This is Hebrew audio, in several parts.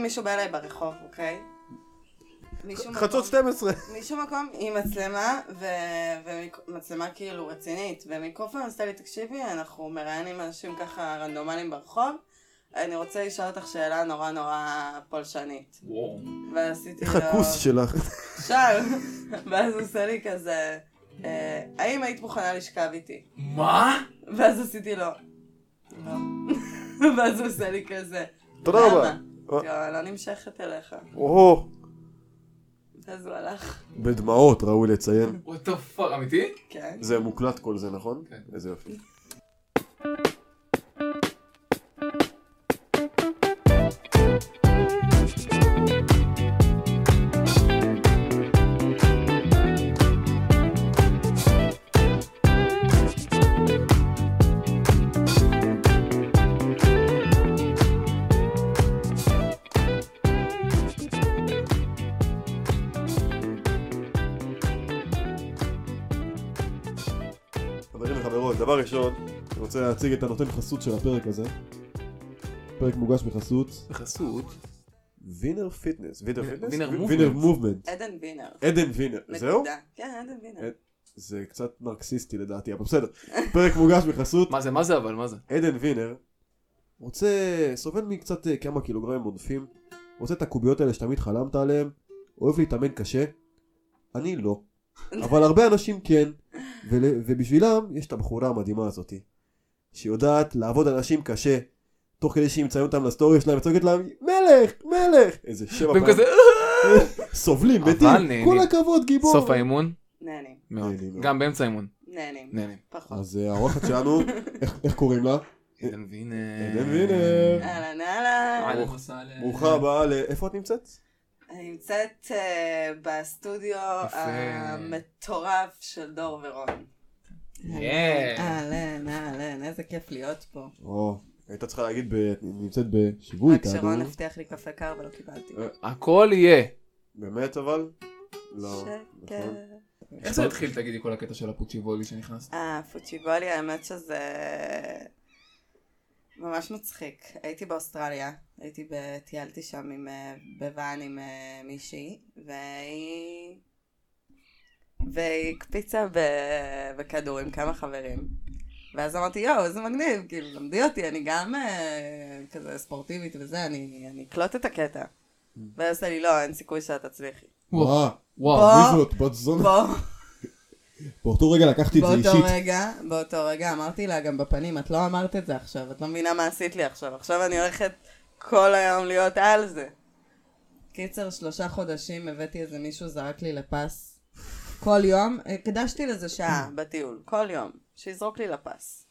מישהו בא אליי ברחוב, אוקיי? חצות 12. מישהו מקום עם מצלמה, ומצלמה כאילו רצינית, ומיקרופון עשתה לי, תקשיבי, אנחנו מראיינים אנשים ככה רנדומליים ברחוב, אני רוצה לשאול אותך שאלה נורא נורא פולשנית. ועשיתי לו... איך הכוס שלך? שאל, ואז הוא עושה לי כזה, האם היית מוכנה לשכב איתי? מה? ואז עשיתי לו, לא. ואז הוא עושה לי כזה, תודה רבה. למה? לא נמשכת אליך. אז הוא הלך. בדמעות ראוי לציין. what the fuck, אמיתי? כן. זה מוקלט כל זה, נכון? כן. איזה יופי. דבר ראשון, אני רוצה להציג את הנותן חסות של הפרק הזה. פרק מוגש בחסות. בחסות? וינר פיטנס. וינר מובמנט. עדן וינר. עדן וינר. זהו? כן, עדן וינר. זה קצת נרקסיסטי לדעתי, אבל בסדר. פרק מוגש בחסות. מה זה אבל? מה זה? עדן וינר סובל מקצת כמה קילוגרמים עודפים. רוצה את הקוביות האלה שתמיד חלמת עליהם. אוהב להתאמן קשה. אני לא. אבל הרבה אנשים כן. ובשבילם יש את הבחורה המדהימה הזאת, שיודעת לעבוד אנשים קשה, תוך כדי שהיא מציינת אותם לסטורי שלהם, וצועקת להם, מלך! איזה 7 פעמים. והם כזה... סובלים, מתים, כל הכבוד, גיבור. סוף האימון? נהנים. מאוד. גם באמצע האימון? נהנים. פחות. אז האורחת שלנו, איך קוראים לה? עדן וינר. אהלן. ברוכה הבאה, איפה את נמצאת? אני נמצאת בסטודיו המטורף של דור ורון. אהלן, איזה כיף להיות פה. היית צריכה להגיד, נמצאת בשיווי. רק שרון הבטיח לי קפה קר ולא קיבלתי. הכל יהיה. באמת אבל? לא. שקר. איך זה התחיל, תגידי, כל הקטע של הפוצ'יבולי שנכנס? פוצ'יבולי, האמת שזה ממש מצחיק. הייתי באוסטרליה, טיילתי שם בוואן עם מישהי, והיא הקפיצה בכדור עם כמה חברים. ואז אמרתי, יואו, איזה מגניב, כאילו, למדי אותי, אני גם כזה ספורטיבית וזה, אני אקלוט את הקטע. ואז עושה לי, לא, אין סיכוי שאת תצליחי. וואו, מי זאת? בת זונה. באותו רגע לקחתי את זה אישית. באותו רגע אמרתי לה גם בפנים, את לא אמרת את זה עכשיו, את לא מבינה מה עשית לי עכשיו. עכשיו אני הולכת כל היום להיות על זה. קיצר, 3 חודשים הבאתי איזה מישהו זרק לי לפס. כל יום, הקדשתי לזה שעה בטיול, כל יום, שיזרוק לי לפס.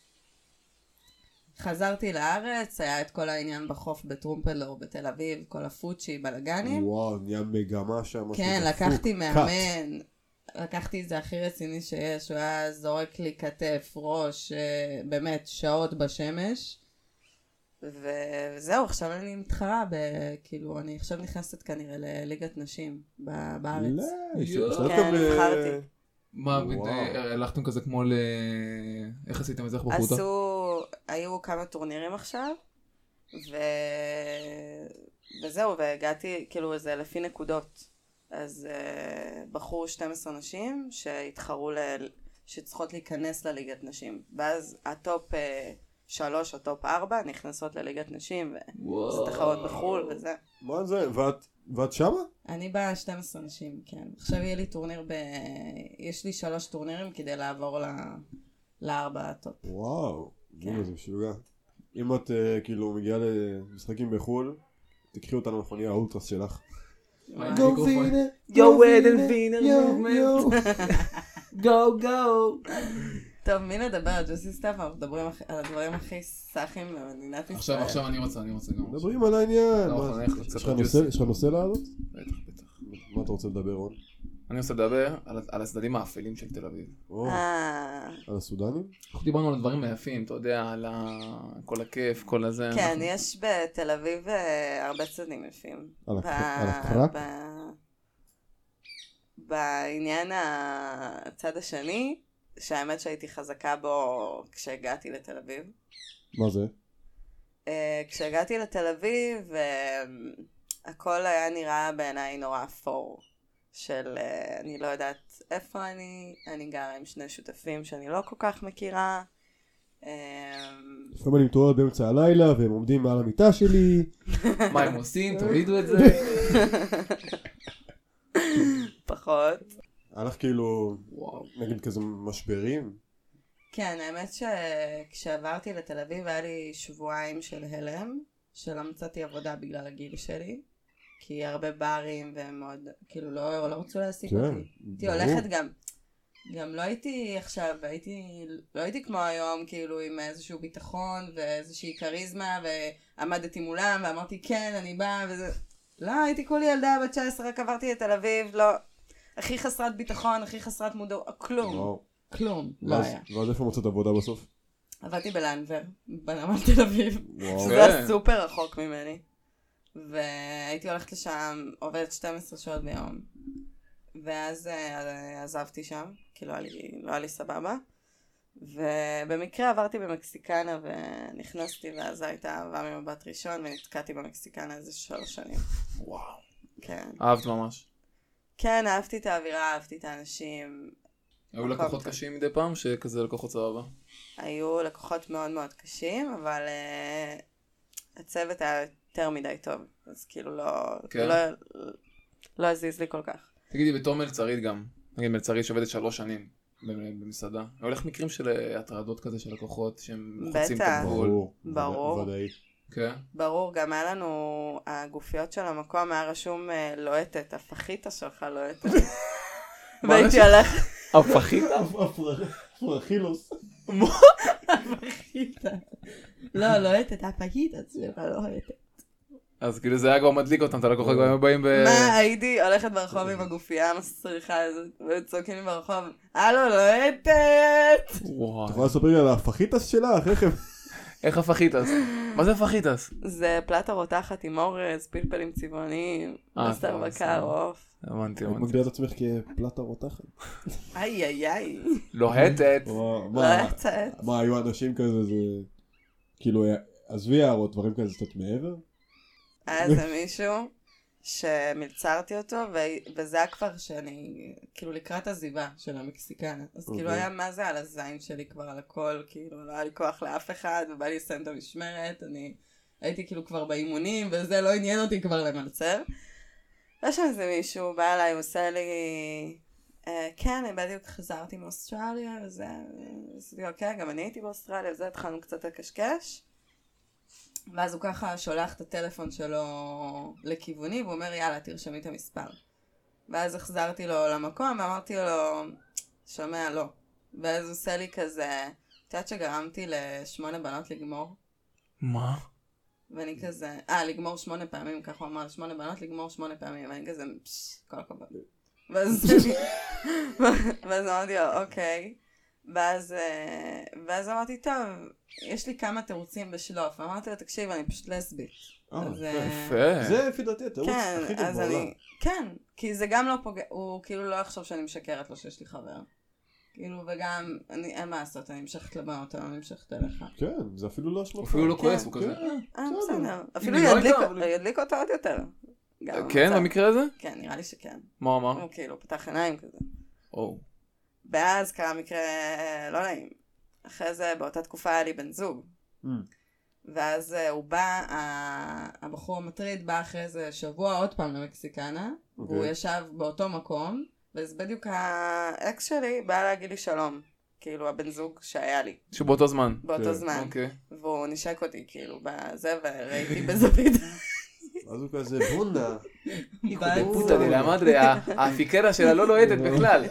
חזרתי לארץ, היה את כל העניין בחוף בטרומפלדור בתל אביב, כל הפוצ'י, בלגנים. וואו, נהיה מגמה שם. כן, לקחתי מאמן, לקחתי את זה הכי רציני שיש, הוא היה זורק לי כתף, ראש, באמת שעות בשמש. וזהו, עכשיו אני מתחרה, כאילו, אני עכשיו נכנסת כנראה לליגת נשים בארץ. כן, נבחרתי. מה, הלכתם כזה כמו איך עשיתם את זה, איך בחרו אותה? היו כמה טורנירים עכשיו, וזהו, והגעתי, כאילו, זה לפי נקודות. אז בחרו 12 נשים שהתחרו, שצריכות להיכנס לליגת נשים. ואז הטופ 3 או טופ 4 נכנסות לליגת נשים, וזה תחרות בחול וזה. מה זה? ואת שמה? אני באה 12 נשים, כן. עכשיו יהיה לי טורניר יש לי 3 טורנירים כדי לעבור ל4 הטופ. וואו, זה משוגע. אם את כאילו מגיעה למשחקים בחול, תקחי אותנו למכוניה האולטרס שלך. גו וינר, גו עדן וינר, גו. טוב, מי נדבר על ג'וסי סטאפ? אנחנו מדברים על הדברים הכי סאחים במדינת ישראל. עכשיו אני רוצה גם. מדברים על העניין. יש לך נושא לעלות? בטח. מה אתה רוצה לדבר, רון? אני רוצה לדבר על הצדדים האפלים של תל אביב. על הסודנים? אנחנו דיברנו על הדברים היפים, אתה יודע, על כל הכיף, כל הזה. כן, יש בתל אביב הרבה צדדים יפים. על הקרק? בעניין הצד השני, שהאמת שהייתי חזקה בו כשהגעתי לתל אביב. מה זה? כשהגעתי לתל אביב, הכל היה נראה בעיניי נורא אפור. של אני לא יודעת איפה אני גרה עם שני שותפים שאני לא כל כך מכירה. לפעמים אני מתעורר באמצע הלילה והם עומדים מעל המיטה שלי. מה הם עושים? תורידו את זה. פחות. הלך כאילו, נגיד כזה משברים. כן, האמת שכשעברתי לתל אביב היה לי שבועיים של הלם, שלא מצאתי עבודה בגלל הגיל שלי. כי הרבה ברים והם מאוד, כאילו לא רצו להעסיק אותי. הייתי הולכת גם לא הייתי עכשיו, לא הייתי כמו היום, כאילו עם איזשהו ביטחון ואיזושהי קריזמה, ועמדתי מולם ואמרתי כן, אני באה וזה. לא, הייתי כולי ילדה בת 19, רק עברתי לתל אביב, לא. הכי חסרת ביטחון, הכי חסרת מודעות, כלום. כלום, לא היה. ואז איפה מוצאת עבודה בסוף? עבדתי בלנבר, בנמל תל אביב. זה היה סופר רחוק ממני. והייתי הולכת לשם, עובדת 12 שעות ביום. ואז עזבתי שם, כי לא היה לי סבבה. ובמקרה עברתי במקסיקנה ונכנסתי, ואז הייתה אהבה ממבט ראשון, ונתקעתי במקסיקנה איזה 3 שנים. וואו. כן. אהבת ממש. כן, אהבתי את האווירה, אהבתי את האנשים. היו לקוחות קשים מדי פעם, שכזה לקוחות סבבה? היו לקוחות מאוד מאוד קשים, אבל הצוות היה יותר מדי טוב. אז כאילו לא הזיז לי כל כך. תגידי, בתור מלצרית גם. נגיד מלצרית שעובדת 3 שנים במסעדה. הולך מקרים של הטרדות כזה של לקוחות שהם חוצים את הגבול. ברור. ודאי. כן. ברור, גם היה לנו, הגופיות של המקום היה רשום לוהטת, הפחיתה שלך לוהטת. והייתי הלך... הפחיתה? הפרחילוס. הפחיתה. לא, לוהטת, הפחיתה שלך לוהטת. אז כאילו זה היה כבר מדליק אותם, את הלקוחות כבר באים מה, הייתי הולכת ברחוב עם הגופייה המסריחה הזאת, וצועקים לי ברחוב, הלו, לוהטת! את יכולה לספר לי על הפחיטס שלך? איך הפחיטס? מה זה הפחיטס? זה פלטה רותחת עם אורז, פלפלים צבעוניים, בשר בקר, עוף. הבנתי. את מגדירה את עצמך כפלטה רותחת? איי. לוהטת. לוהטת. מה, היו אנשים כזה, זה... כאילו, עזבי הערות, דברים כזה קצת מעבר? היה זה מישהו שמלצרתי אותו, וזה היה כבר שאני, כאילו לקראת עזיבה של המקסיקנה. אז כאילו היה מה זה על הזין שלי כבר על הכל, כאילו לא היה לי כוח לאף אחד, ובא לי לסיים את המשמרת, אני הייתי כאילו כבר באימונים, וזה לא עניין אותי כבר למלצר. יש שם איזה מישהו, בא אליי, הוא עושה לי, כן, אני בדיוק חזרתי מאוסטרליה, וזה, אוקיי, גם אני הייתי באוסטרליה, וזה התחלנו קצת לקשקש. ואז הוא ככה שולח את הטלפון שלו לכיווני, והוא אומר, יאללה, תרשמי את המספר. ואז החזרתי לו למקום, ואמרתי לו, שומע, לא. ואז הוא עושה לי כזה, את יודעת שגרמתי ל8 בנות לגמור? מה? ואני כזה, לגמור 8 פעמים, ככה הוא אמר, 8 בנות לגמור 8 פעמים, ואני כזה, כל הכבוד. ואז אמרתי לו, אוקיי. ואז אמרתי, טוב, יש לי כמה תירוצים בשלוף. אמרתי לו, תקשיב, אני פשוט לסבית. יפה. זה לפי דעתי התירוץ הכי טוב בעולם. כן, כי זה גם לא פוגע, הוא כאילו לא יחשוב שאני משקרת לו שיש לי חבר. כאילו, וגם, אין מה לעשות, אני המשכת לבנות, אני המשכת אליך. כן, זה אפילו לא אשמח. אפילו לא כועס, הוא כזה. בסדר. אפילו ידליק אותו עוד יותר. כן, במקרה הזה? כן, נראה לי שכן. מה אמר? הוא כאילו פתח עיניים כזה. ואז קרה מקרה לא נעים. אחרי זה, באותה תקופה היה לי בן זוג. ואז הוא בא, הבחור המטריד בא אחרי זה שבוע עוד פעם למקסיקנה, והוא ישב באותו מקום, ואז בדיוק האקס שלי בא להגיד לי שלום. כאילו הבן זוג שהיה לי. שבאותו זמן. באותו זמן. והוא נשק אותי כאילו בזה, וראיתי בזווית. אז הוא כזה, בונדה. פוטה די למדרי, האפיקרה שלה לא לוהטת בכלל.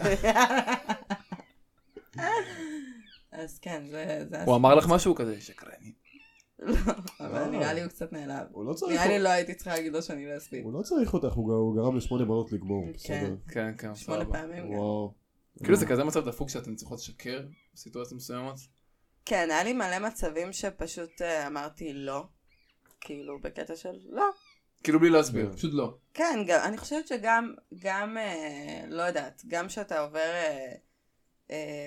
אז כן, זה... הוא אמר לך משהו כזה, שקרני. לא, אבל נראה לי הוא קצת נעלב. נראה לי לא הייתי צריכה להגיד לו שאני לסבית. הוא לא צריך אותך, הוא גרם ל8 בנות לגמור. כן, כן. 8 פעמים גם. כאילו זה כזה מצב דפוק שאתם צריכות לשקר בסיטואציה מסוימת? כן, היה לי מלא מצבים שפשוט אמרתי לא. כאילו בקטע של לא. כאילו בלי להסביר, פשוט לא. כן, אני חושבת שגם, לא יודעת, גם שאתה עובר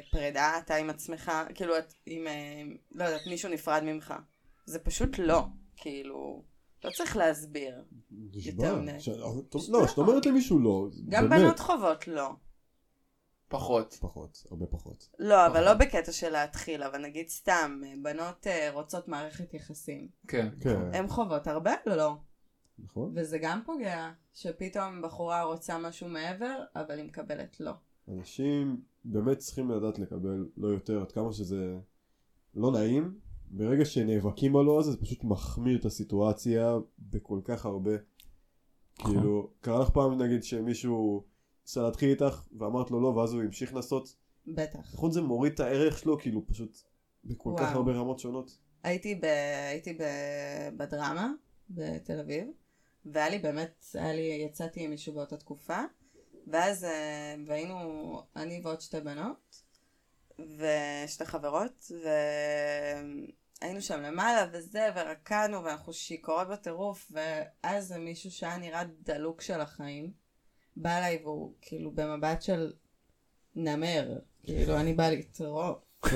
פרידה, אתה עם עצמך, כאילו את עם, לא יודעת, מישהו נפרד ממך. זה פשוט לא. כאילו, לא צריך להסביר. נשבע. יותר מדי. לא, שאת אומרת למישהו לא. גם באמת. בנות חובות לא. פחות. פחות, הרבה פחות. לא, אבל לא בקטע של להתחיל, אבל נגיד סתם, בנות רוצות מערכת יחסים. כן. כן. הן חוות הרבה? לא. נכון? וזה גם פוגע, שפתאום בחורה רוצה משהו מעבר, אבל היא מקבלת לא. אנשים באמת צריכים לדעת לקבל לא יותר, עד כמה שזה לא נעים. ברגע שנאבקים על לא הזה, זה פשוט מחמיר את הסיטואציה בכל כך הרבה. כאילו, קרה לך פעם נגיד שמישהו ניסה להתחיל איתך ואמרת לו לא, ואז הוא המשיך לנסות. בטח. נכון, זה מוריד את הערך שלו, כאילו פשוט בכל כך וואו. הרבה רמות שונות. הייתי בדרמה בתל אביב, והיה לי באמת, יצאתי עם מישהו באותה תקופה, ואז והיינו אני ועוד שתי בנות, ושתי חברות, והיינו שם למעלה וזה, ורקענו, ואנחנו שיקורות בטירוף, ואז זה מישהו שהיה נראה דלוק של החיים, בא אליי והוא כאילו במבט של נמר, כאילו אני באה לטרוף.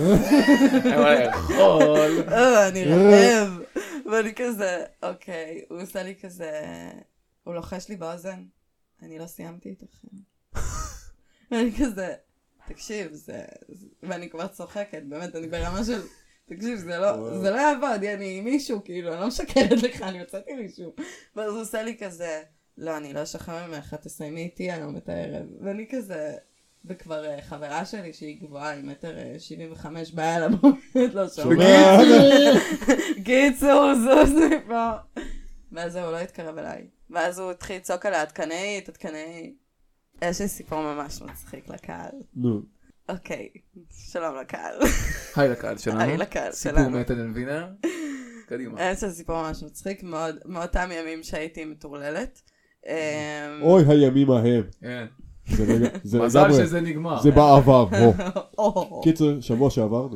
אני רעב. ואני כזה, אוקיי, הוא עושה לי כזה, הוא לוחש לי באוזן, אני לא סיימתי איתכם. ואני כזה, תקשיב, ואני כבר צוחקת, באמת, אני ברמה של, תקשיב, זה לא יעבוד, אני מישהו, כאילו, אני לא משקרת לך, אני יוצאתי מישהו. ואז הוא עושה לי כזה, לא, אני לא אשחרר ממך, תסיימי איתי היום את הערב. ואני כזה, וכבר חברה שלי שהיא גבוהה, היא 1.75 באה אליו, לא שומעת. קיצור, זוזי פה. ואז הוא לא התקרב אליי. ואז הוא התחיל לצעוק עליה, עדכנאית. יש לי סיפור ממש מצחיק לקהל. נו. אוקיי, שלום לקהל. היי לקהל שלנו. היי לקהל שלנו. סיפור מעדן וינר. קדימה. יש לי סיפור ממש מצחיק, מאותם ימים שהייתי מטורללת. אוי הימים ההם. כן. זה מזל לגמרי, שזה נגמר. זה בעבר. או. קיצר, שבוע שעבר.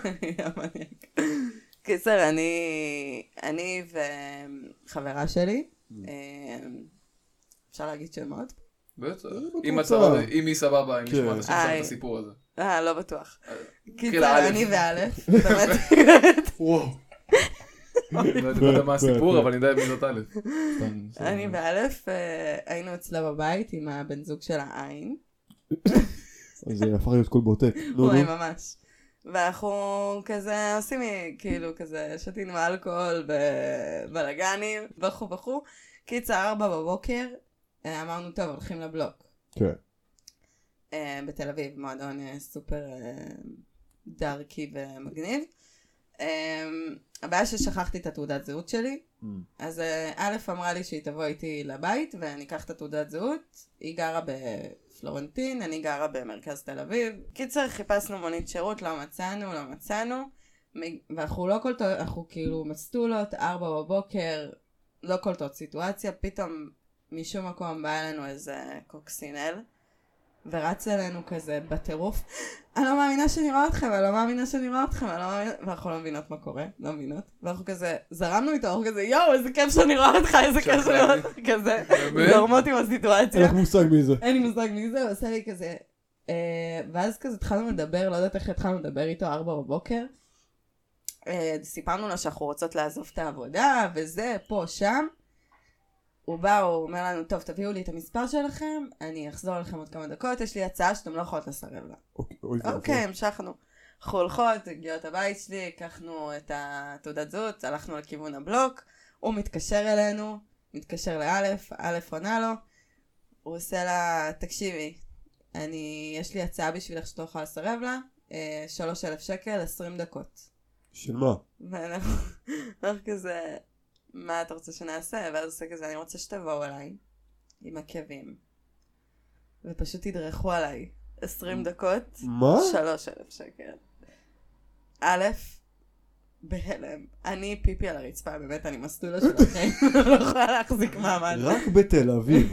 קיצר, אני וחברה שלי, אפשר להגיד שמות? בטח. אם היא סבבה, אם נשמע את הסיפור הזה. לא בטוח. קיצר, אני ואלף, באמת. וואו. לא יודע מה הסיפור, אבל אני יודע מי זאת א'. אני ואלף היינו אצלה בבית עם הבן זוג של העין. זה הפך להיות כל בוטק. וואי, ממש. ואנחנו כזה עושים כאילו כזה שתינו אלכוהול בבלגנים, וכו. קיצר 4 בבוקר, אמרנו טוב, הולכים לבלוק. כן. בתל אביב, מועדון סופר דארקי ומגניב. הבעיה ששכחתי את התעודת זהות שלי, אז א' אמרה לי שהיא תבוא איתי לבית ואני אקח את התעודת זהות, היא גרה בפלורנטין, אני גרה במרכז תל אביב. קיצר, חיפשנו מונית שירות, לא מצאנו, ואנחנו לא קולטות, אנחנו כאילו מסטולות, 4 בבוקר, לא קולטות סיטואציה, פתאום משום מקום בא אלינו איזה קוקסינל, ורץ אלינו כזה בטירוף, אני לא מאמינה שאני רואה אתכם, ואנחנו לא מבינות מה קורה, ואנחנו כזה, זרמנו איתו, אנחנו כזה, יואו, איזה כיף שאני רואה אותך, כזה, זורמות עם הסיטואציה. אין לך מושג מי זה. אין לי מושג מי זה, הוא עושה לי כזה, ואז כזה התחלנו לדבר, לא יודעת איך התחלנו לדבר איתו 4 בבוקר, סיפרנו לו שאנחנו רוצות לעזוב את העבודה, וזה, פה, שם, הוא בא, הוא אומר לנו, טוב, תביאו לי את המספר שלכם, אני אחזור לכם עוד כמה דקות, יש לי הצעה שאתם לא יכולות לסרב לה. אוקיי, המשכנו. אנחנו הולכות, הגיעות הבית שלי, לקחנו את התעודת זהות, הלכנו לכיוון הבלוק, הוא מתקשר אלינו, מתקשר לאלף, אלף עונה לו, הוא עושה לה, תקשיבי, יש לי הצעה בשבילך שאת לא יכולה לסרב לה, 3,000 שקל, 20 דקות. של מה? ואנחנו כזה, מה אתה רוצה שנעשה? ואז עושה כזה, אני רוצה שתבואו אליי עם עקבים ופשוט תדרכו עליי 20 דקות. מה? 3,000 שקל. א', בהלם. אני פיפי על הרצפה, באמת, אני מסטולה שלכם. לא יכולה להחזיק מעמד. רק בתל אביב.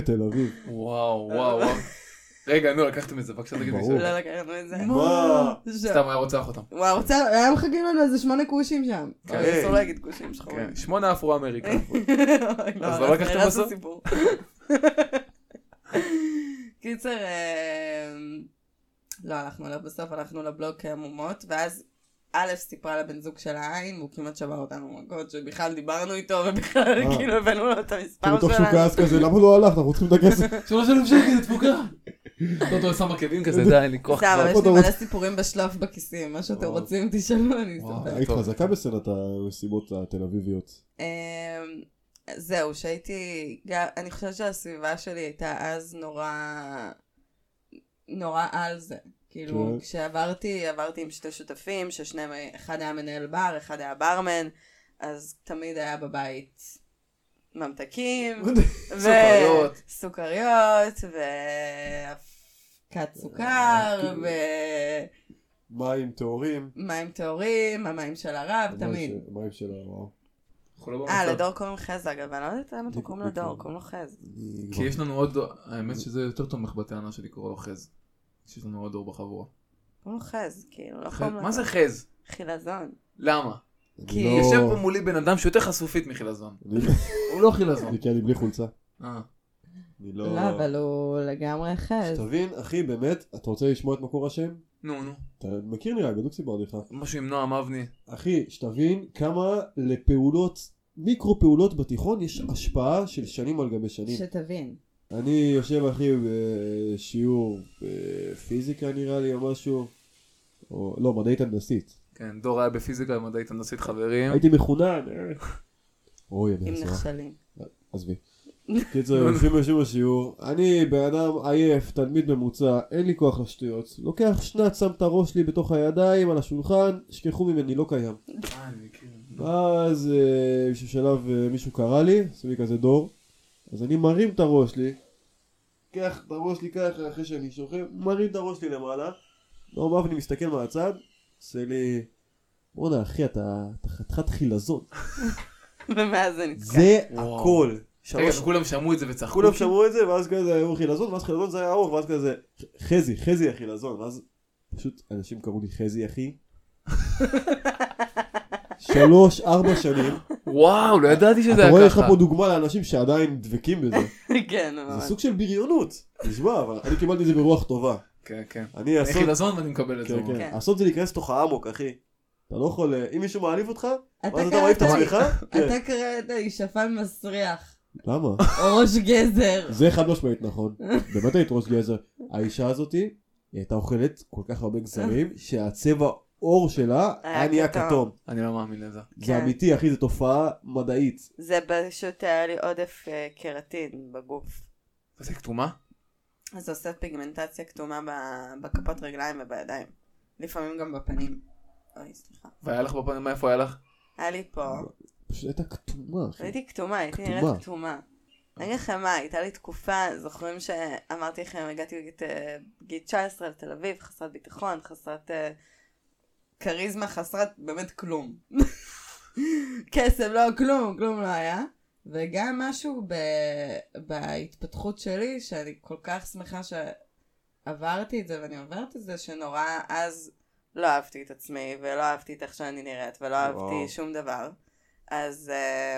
וואו. רגע, נו, לקחתם את זה, בבקשה תגיד לי. לא לקחנו את זה. מה? סתם היה רוצח אותם. וואו, היה מחכים לנו איזה 8 כושים שם. אסור להגיד כושים שחורים. 8 אפרו-אמריקה. אז לא לקחתם בסוף? קיצר, לא הלכנו אליו בסוף, הלכנו לבלוק עמומות, ואז א' סיפרה לבן זוג של העין, והוא כמעט שבר אותנו מכות, שבכלל דיברנו איתו, ובכלל כאילו הבאנו לו את המספר שלנו. בתוך שהוא כעס כזה, למה לא הלך? אנחנו צריכים את הכסף. 3,000 שקל, זה תפוקה. אתה שם עקבים כזה, די, אין לי כוח. סתם, יש לי מלא סיפורים בשלוף בכיסים, מה שאתם רוצים תשאלו, אני אספר. היית חזקה בסצנת המסיבות התל אביביות. זהו, שהייתי, אני חושבת שהסביבה שלי הייתה אז נורא על זה. כאילו, כשעברתי עם שתי שותפים, ששניהם, אחד היה מנהל בר, אחד היה ברמן, אז תמיד היה בבית ממתקים, סוכריות, ואבקת סוכר, מים טהורים. המים של הרב, תמיד. מים של הרב. לדור קוראים חזק, אבל אני לא יודעת למה אתם קוראים לדור, קוראים לו חז. כי יש לנו עוד, האמת שזה יותר תומך בטענה שלי קורא לו חז. יש לנו עוד דור בחבורה. קוראים לו חז, כאילו, לא קוראים לו. מה זה חז? חילזון. למה? כי יושב פה מולי בן אדם שיותר חשופית מחילזון. הוא לא חילזון. כי אני בלי חולצה. לא, אבל הוא לגמרי חז. שתבין, אחי, באמת, אתה רוצה לשמוע את מקור השם? נו. אתה מכיר נראה, בדיוק סיפרתי לך. משהו עם נועם אבני. אחי, שתבין כמה לפעולות, מיקרו פעולות בתיכון יש השפעה של שנים על גבי שנים. שתבין. אני יושב אחי בשיעור בפיזיקה נראה לי או משהו, או לא, מדעית הנדסית. כן, דור היה בפיזיקה ומדעית הנדסית חברים. הייתי מחונן. אוי, אני עם אסרה. נכשלים. עזבי. קיצור, יושבים בשיעור, אני בן אדם עייף, תלמיד ממוצע, אין לי כוח לשטויות, לוקח שנת, שם את הראש שלי בתוך הידיים על השולחן, שכחו ממני, לא קיים. ואז בשביל שלב מישהו קרא לי, עשו לי כזה דור, אז אני מרים את הראש שלי, קח את הראש שלי ככה אחרי שאני שוכב, מרים את הראש שלי למעלה, לא אבני מסתכל מהצד, עושה לי, בוא'נה אחי, אתה חתיכת חילזון. ומאז זה נתקע. זה הכל. כולם שמעו את זה וצחקו. כולם שמעו את זה, ואז כזה היו חילזון, ואז חילזון זה היה ארוך, ואז כזה, חזי החילזון, ואז פשוט אנשים קראו לי חזי אחי. 3-4 שנים. וואו, לא ידעתי שזה היה ככה. אתה רואה, יש לך פה דוגמה לאנשים שעדיין דבקים בזה. כן, ממש. זה סוג של בריונות. נשמע, אבל אני קיבלתי את זה ברוח טובה. כן, כן. אני חילזון ואני מקבל את זה. לעשות זה להיכנס תוך העמוק, אחי. אתה לא יכול, אם מישהו מעליב אותך, ואז אתה מעליב את עצמך. אתה קראת לי שפן מסריח. למה? או ראש גזר. זה חד משמעית נכון. באמת היית ראש גזר. האישה הזאתי, היא הייתה אוכלת כל כך הרבה גזרים, שהצבע אור שלה היה נהיה כתום. אני לא מאמין לזה. זה אמיתי, אחי, זו תופעה מדעית. זה פשוט היה לי עודף קרטין בגוף. וזה כתומה? אז זה עושה פיגמנטציה כתומה בכפות רגליים ובידיים. לפעמים גם בפנים. אוי, סליחה. והיה לך בפנים, מאיפה היה לך? היה לי פה. פשוט הייתה כתומה, אחי. הייתי כתומה, הייתי נראית כתומה. אני אגיד לכם מה, הייתה לי תקופה, זוכרים שאמרתי לכם, הגעתי בגיל 19 לתל אביב, חסרת ביטחון, חסרת קריזמה, חסרת באמת כלום. כסף, לא, כלום לא היה. וגם משהו בהתפתחות שלי, שאני כל כך שמחה שעברתי את זה, ואני עוברת את זה, שנורא אז לא אהבתי את עצמי, ולא אהבתי את איך שאני נראית, ולא אהבתי שום דבר. אז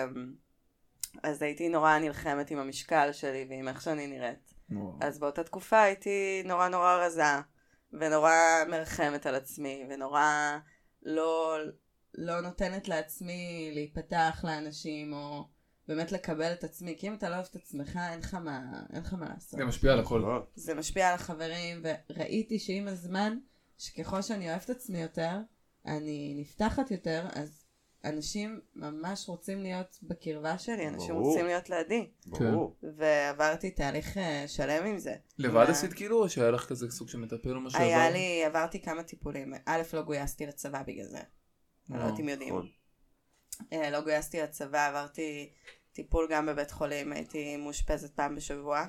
הייתי נורא נלחמת עם המשקל שלי ועם איך שאני נראית. אז באותה תקופה הייתי נורא רזה, ונורא מרחמת על עצמי, ונורא לא נותנת לעצמי להיפתח לאנשים, או באמת לקבל את עצמי. כי אם אתה לא אוהב את עצמך, אין לך מה לעשות. זה משפיע על הכל. זה משפיע על החברים, וראיתי שעם הזמן, שככל שאני אוהבת את עצמי יותר, אני נפתחת יותר, אז אנשים ממש רוצים להיות בקרבה שלי, אנשים רוצים להיות לידי. ועברתי תהליך שלם עם זה. לבד עשית כאילו, או שהיה לך כזה סוג שמטפל או משהו? עברתי כמה טיפולים. א', לא גויסתי לצבא בגלל זה. לא יודעת אם יודעים. לא גויסתי לצבא, עברתי טיפול גם בבית חולים, הייתי מאושפזת פעם בשבוע.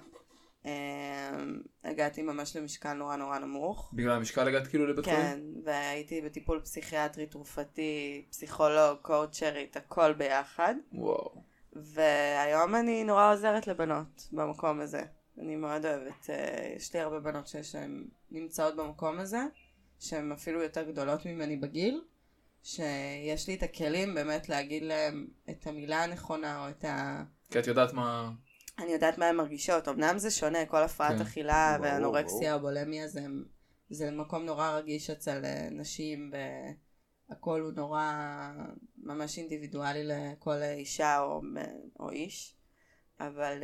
הגעתי ממש למשקל נורא נמוך. בגלל המשקל הגעת כאילו לבית חולים? כן, והייתי בטיפול פסיכיאטרי, תרופתי, פסיכולוג, קואוצ'רית, הכל ביחד. וואו. והיום אני נורא עוזרת לבנות במקום הזה. אני מאוד אוהבת. יש לי הרבה בנות שהן נמצאות במקום הזה, שהן אפילו יותר גדולות ממני בגיל, שיש לי את הכלים באמת להגיד להם את המילה הנכונה או את כי את יודעת מה... אני יודעת מה הן מרגישות. אמנם זה שונה, כל הפרעת אכילה ואנורקסיה או בולמיה זה מקום נורא רגיש אצל נשים הכל הוא נורא ממש אינדיבידואלי לכל אישה או איש, אבל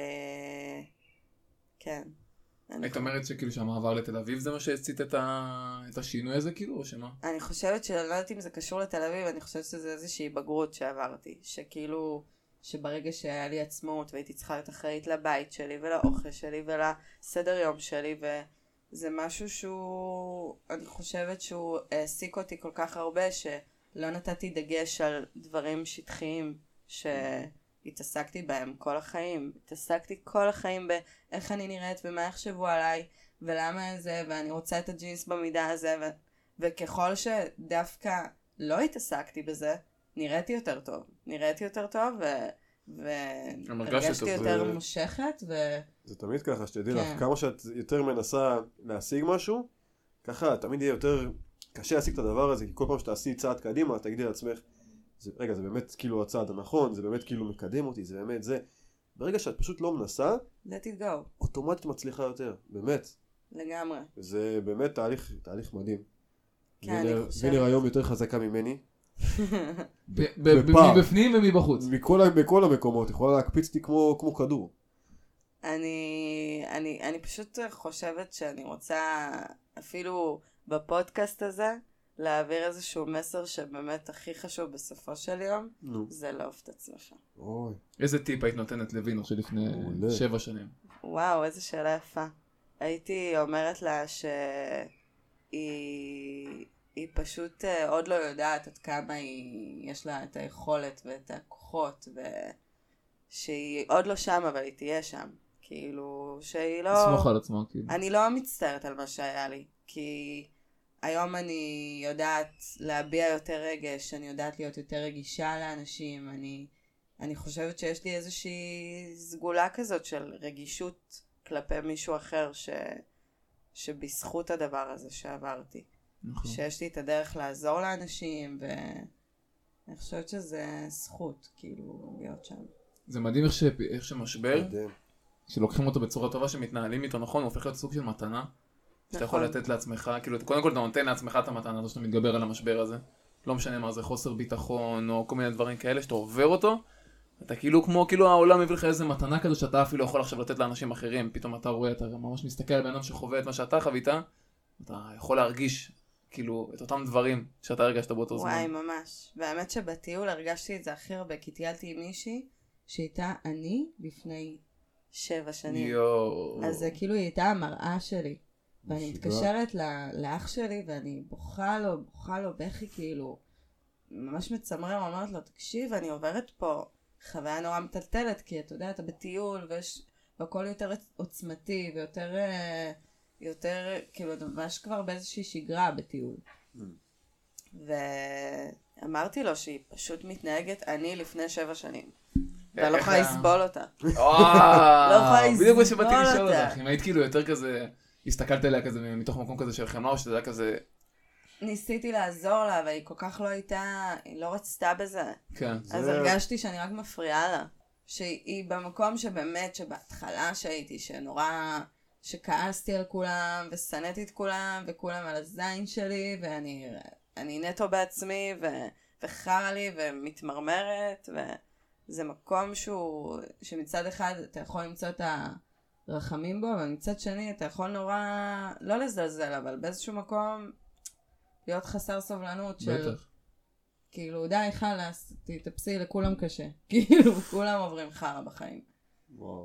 כן. היית אומרת שכאילו שהמעבר לתל אביב זה מה שהצית את השינוי הזה כאילו, או שמה? אני חושבת שלא יודעת אם זה קשור לתל אביב, אני חושבת שזה איזושהי בגרות שעברתי, שכאילו, שברגע שהיה לי עצמאות והייתי צריכה להיות אחראית לבית שלי ולאוכל שלי ולסדר יום שלי, וזה משהו שהוא, אני חושבת שהוא העסיק אותי כל כך הרבה שלא נתתי דגש על דברים שטחיים שהתעסקתי בהם כל החיים. התעסקתי כל החיים באיך אני נראית ומה יחשבו עליי ולמה זה, ואני רוצה את הג'ינס במידה הזה, וככל שדווקא לא התעסקתי בזה, נראיתי יותר טוב והרגשתי יותר מושכת. זה תמיד ככה, שתדעי לך, כמה שאת יותר מנסה להשיג משהו, ככה תמיד יהיה יותר קשה להשיג את הדבר הזה, כי כל פעם שתעשי צעד קדימה, תגידי לעצמך, רגע, זה באמת כאילו הצעד הנכון, זה באמת כאילו מקדם אותי, זה באמת זה. ברגע שאת פשוט לא מנסה, let it go. אוטומטית מצליחה יותר, באמת. לגמרי. זה באמת תהליך מדהים. כן, אני חושבת. וינר היום יותר חזקה ממני. מבפנים ומבחוץ. בכל המקומות, יכולה להקפיץ אותי כמו כדור. אני פשוט חושבת שאני רוצה, אפילו בפודקאסט הזה, להעביר איזשהו מסר שבאמת הכי חשוב בסופו של יום, זה לאהוב את עצמך. איזה טיפ היית נותנת לווינר שלפני 7 שנים? וואו, איזה שאלה יפה. הייתי אומרת לה היא פשוט עוד לא יודעת עד כמה יש לה את היכולת ואת הכוחות, ושהיא עוד לא שם, אבל היא תהיה שם. כאילו, שהיא לא... תסמוך על עצמה, כאילו. אני לא מצטערת על מה שהיה לי, כי היום אני יודעת להביע יותר רגש, אני יודעת להיות יותר רגישה לאנשים, אני חושבת שיש לי איזושהי סגולה כזאת של רגישות כלפי מישהו אחר שבזכות הדבר הזה שעברתי. שיש לי את הדרך לעזור לאנשים, ואני חושבת שזה זכות, כאילו, להיות שם. זה מדהים איך שמשבר, שלוקחים אותו בצורה טובה, שמתנהלים איתו נכון, הוא הופך להיות סוג של מתנה, שאתה יכול לתת לעצמך, כאילו, קודם כל אתה נותן לעצמך את המתנה הזו, שאתה מתגבר על המשבר הזה, לא משנה מה זה, חוסר ביטחון, או כל מיני דברים כאלה, שאתה עובר אותו, אתה כאילו העולם מביא לך איזה מתנה כזו, שאתה אפילו יכול עכשיו לתת לאנשים אחרים, פתאום אתה רואה, אתה ממש מסתכל על בן אדם שחווה את מה שאתה חווית, אתה יכול להרגיש כאילו את אותם דברים שאתה הרגשת באותו זמן. וואי, ממש. והאמת שבטיול הרגשתי את זה הכי הרבה, כי טיילתי עם מישהי שהייתה אני לפני 7 שנים. אז זה כאילו היא הייתה המראה שלי. ואני מתקשרת לאח שלי ואני בוכה לו בכי, כאילו ממש מצמרר, אומרת לו, תקשיב, אני עוברת פה חוויה נורא מטלטלת, כי אתה יודע, אתה בטיול והכל יותר עוצמתי ויותר כאילו ממש כבר באיזושהי שגרה בטיול. ואמרתי לו שהיא פשוט מתנהגת אני לפני 7 שנים. ואני לא יכולה לסבול אותה. לא יכולה לסבול אותה. בדיוק מה שבאתי לשאול אותך, אם היית כאילו יותר כזה, הסתכלת עליה כזה מתוך מקום כזה של חמלה, או שאתה יודע כזה... ניסיתי לעזור לה, והיא כל כך לא הייתה, היא לא רצתה בזה. כן. אז הרגשתי שאני רק מפריעה לה. שהיא במקום שבאמת, שבהתחלה שהייתי, שנורא... שכעסתי על כולם, ושנאתי את כולם, וכולם על הזין שלי, ואני נטו בעצמי, וחרה לי, ומתמרמרת, וזה מקום שמצד אחד אתה יכול למצוא את הרחמים בו, ומצד שני אתה יכול נורא, לא לזלזל, אבל באיזשהו מקום להיות חסר סובלנות של... בטח. כאילו, די, חלאס, תתאפסי, לכולם קשה. כאילו, כולם עוברים חרה בחיים. וואו.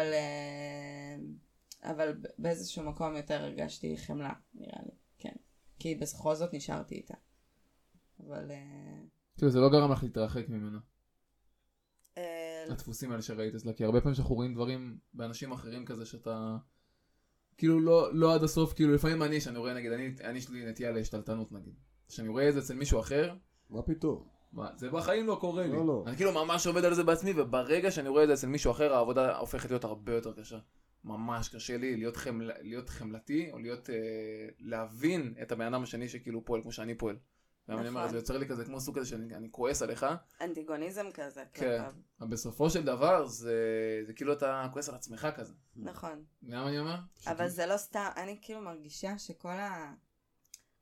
אבל באיזשהו מקום יותר הרגשתי חמלה, נראה לי, כן. כי בכל זאת נשארתי איתה. אבל... כאילו, זה לא גרם לך להתרחק ממנה. הדפוסים האלה שראית אצלה, כי הרבה פעמים שאנחנו רואים דברים באנשים אחרים כזה שאתה... כאילו, לא עד הסוף, כאילו, לפעמים שאני רואה, נגיד, אני יש לי נטייה להשתלטנות, נגיד. כשאני רואה את זה אצל מישהו אחר... מה פתאום? זה בחיים לא קורה לי. לא. אני כאילו ממש עובד על זה בעצמי, וברגע שאני רואה את זה אצל מישהו אחר, העבודה הופכת להיות הרבה יותר קשה. ממש קשה לי להיות חמלתי, או להבין את הבן אדם השני שכאילו פועל כמו שאני פועל. ואני אומר, זה יוצר לי כזה כמו סוג כזה שאני כועס עליך. אנטיגוניזם כזה. כן. בסופו של דבר, זה כאילו אתה כועס על עצמך כזה. נכון. למה אני אומר? אבל זה לא סתם, אני כאילו מרגישה שכל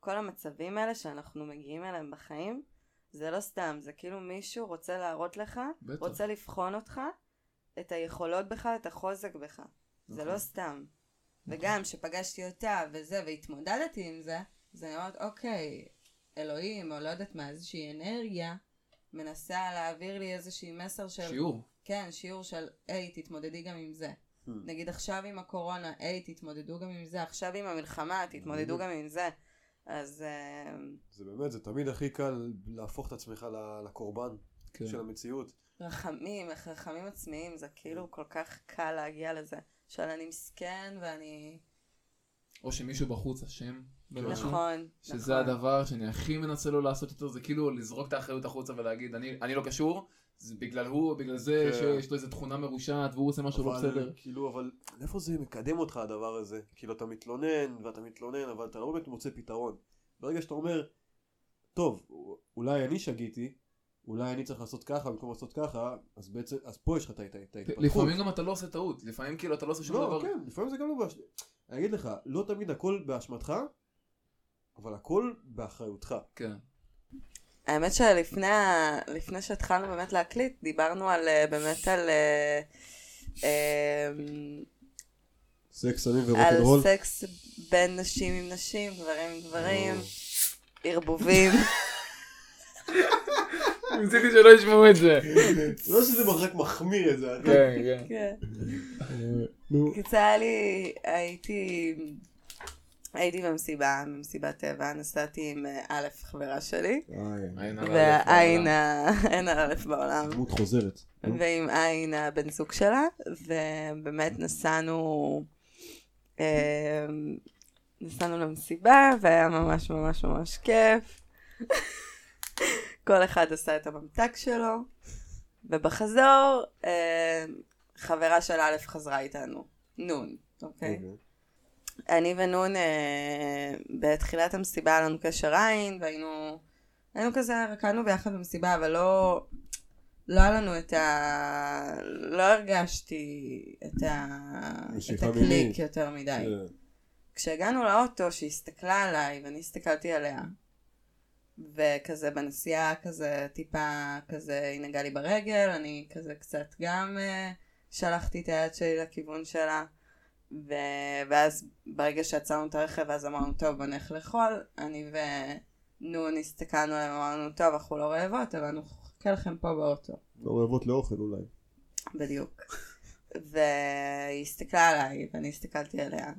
כל המצבים האלה שאנחנו מגיעים אליהם בחיים, זה לא סתם, זה כאילו מישהו רוצה להראות לך, בטח. רוצה לבחון אותך, את היכולות בך, את החוזק בך. זה לא סתם. וגם שפגשתי אותה וזה, והתמודדתי עם זה, אז אני אומרת, אוקיי, אלוהים, או לא יודעת מה, איזושהי אנרגיה, מנסה להעביר לי איזושהי מסר של... שיעור. כן, שיעור של, היי, תתמודדי גם עם זה. נגיד עכשיו עם הקורונה, היי, תתמודדו גם עם זה. עכשיו עם המלחמה, תתמודדו גם עם זה. אז... זה באמת, זה תמיד הכי קל להפוך את עצמך לקורבן של המציאות. רחמים עצמיים, זה כאילו כל כך קל להגיע לזה. של אני מסכן ואני... או שמישהו בחוץ אשם במשהו. נכון. שזה הדבר שאני הכי מנסה לו לעשות יותר, זה כאילו לזרוק את האחריות החוצה ולהגיד, אני לא קשור, זה בגלל הוא, בגלל זה שיש לו איזו תכונה מרושעת והוא עושה משהו לא בסדר. כאילו, אבל איפה זה מקדם אותך הדבר הזה? כאילו אתה מתלונן ואתה מתלונן, אבל אתה לא באמת מוצא פתרון. ברגע שאתה אומר, טוב, אולי אני שגיתי, אולי אני צריך לעשות ככה במקום לעשות ככה, אז בעצם, אז פה יש לך את ההתפתחות. לפעמים גם אתה לא עושה טעות, לפעמים כאילו אתה לא עושה שום דבר. לא, כן, לפעמים זה גם לא באשמתך. אני אגיד לך, לא תמיד הכל באשמתך, אבל הכל באחריותך. כן. האמת שלפני שהתחלנו באמת להקליט, דיברנו על, באמת על... סקס, סמים ורוקנרול. על סקס בין נשים עם נשים, גברים עם גברים, ערבובים. ניסיתי שלא ישמעו את זה. לא שזה רק מחמיר את זה. כן, כן. קיצה לי, הייתי במסיבת טבע, נסעתי עם א' חברה שלי, והעין א' בעולם. דמות חוזרת. ועם עין הבן זוג שלה, ובאמת נסענו למסיבה, והיה ממש ממש ממש כיף. כל אחד עשה את הממתק שלו, ובחזור, חברה של א' חזרה איתנו, נון, אוקיי? אני ונון, בתחילת המסיבה היה לנו קשר עין, והיינו כזה, רקדנו ביחד במסיבה, אבל לא היה לנו לא הרגשתי את הקליק יותר מדי. כשהגענו לאוטו, שהסתכלה עליי, ואני הסתכלתי עליה, וכזה בנסיעה כזה טיפה כזה היא נגעה לי ברגל, אני כזה קצת גם שלחתי את היד שלי לכיוון שלה, ואז ברגע שיצאנו את הרכב אז אמרנו טוב בוא נלך לאכול, אני ונון הסתכלנו עליהם, אמרנו טוב אנחנו לא רעבות אבל אנחנו נחכה לכם פה באוטו. לא רעבות לאוכל אולי. בדיוק. והיא הסתכלה עליי ואני הסתכלתי עליה,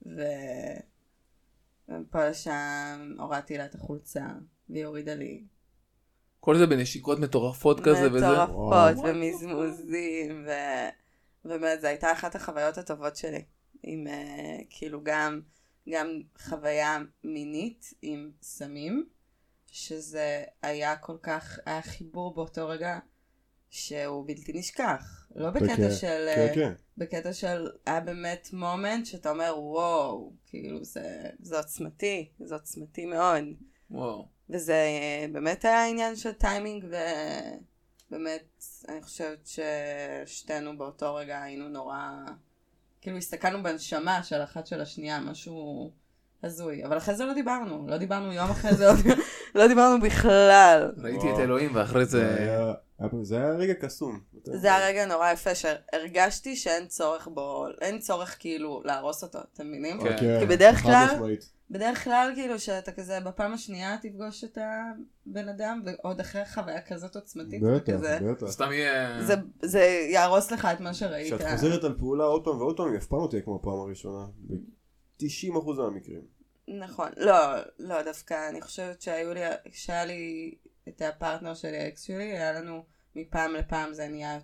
ופה לשם הורדתי לה את החולצה והיא הורידה לי. כל זה בנשיקות מטורפות כזה וזה? מטורפות ומזמוזים ובאמת זו הייתה אחת החוויות הטובות שלי. עם כאילו גם חוויה מינית עם סמים, שזה היה כל כך, היה חיבור באותו רגע שהוא בלתי נשכח. לא בקטע של, בקטע של, היה באמת מומנט שאתה אומר וואו, כאילו זה עוצמתי מאוד. וואו. וזה באמת היה עניין של טיימינג, ובאמת אני חושבת ששתינו באותו רגע היינו נורא, כאילו הסתכלנו בנשמה של אחת של השנייה, משהו הזוי. אבל אחרי זה לא דיברנו יום אחרי זה, לא דיברנו בכלל. ראיתי את אלוהים ואחרי זה... זה היה רגע קסום. זה היה רגע נורא יפה, שהרגשתי שאין צורך בו, אין צורך כאילו להרוס אותו, אתם מבינים? כי בדרך כלל כאילו שאתה כזה בפעם השנייה תפגוש את הבן אדם, ועוד אחרי חוויה כזאת עוצמתית, בטח. סתם יהיה... זה יהרוס לך את מה שראית. כשאת חוזרת על פעולה עוד פעם ועוד פעם, היא אף פעם לא תהיה כמו הפעם הראשונה. ב-90% מהמקרים. נכון, לא, דווקא אני חושבת שהיה לי את הפרטנר שלי, האקס שלי, היה לנו מפעם לפעם זה נהיה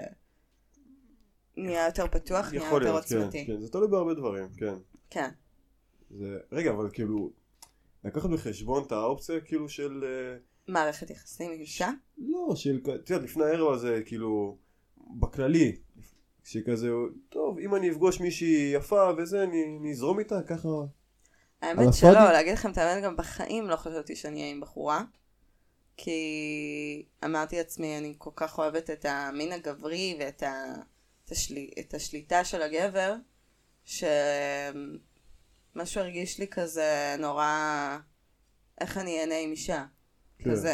יותר פתוח, נהיה יותר עוצמתי. כן, זה תלוי בהרבה דברים, כן. כן. רגע, אבל כאילו, לקחת בחשבון את האופציה כאילו של... מערכת יחסים עם אישה? לא, תראה, לפני הערב הזה, כאילו, בכללי, שכזה, טוב, אם אני אפגוש מישהי יפה וזה, אני אזרום איתה, ככה... האמת שלא, להגיד לכם את האמת, גם בחיים לא חשבתי שאני אהיה עם בחורה, כי אמרתי לעצמי, אני כל כך אוהבת את המין הגברי ואת את השליטה של הגבר, שמשהו הרגיש לי כזה נורא איך אני אענה עם אישה, כן. כזה.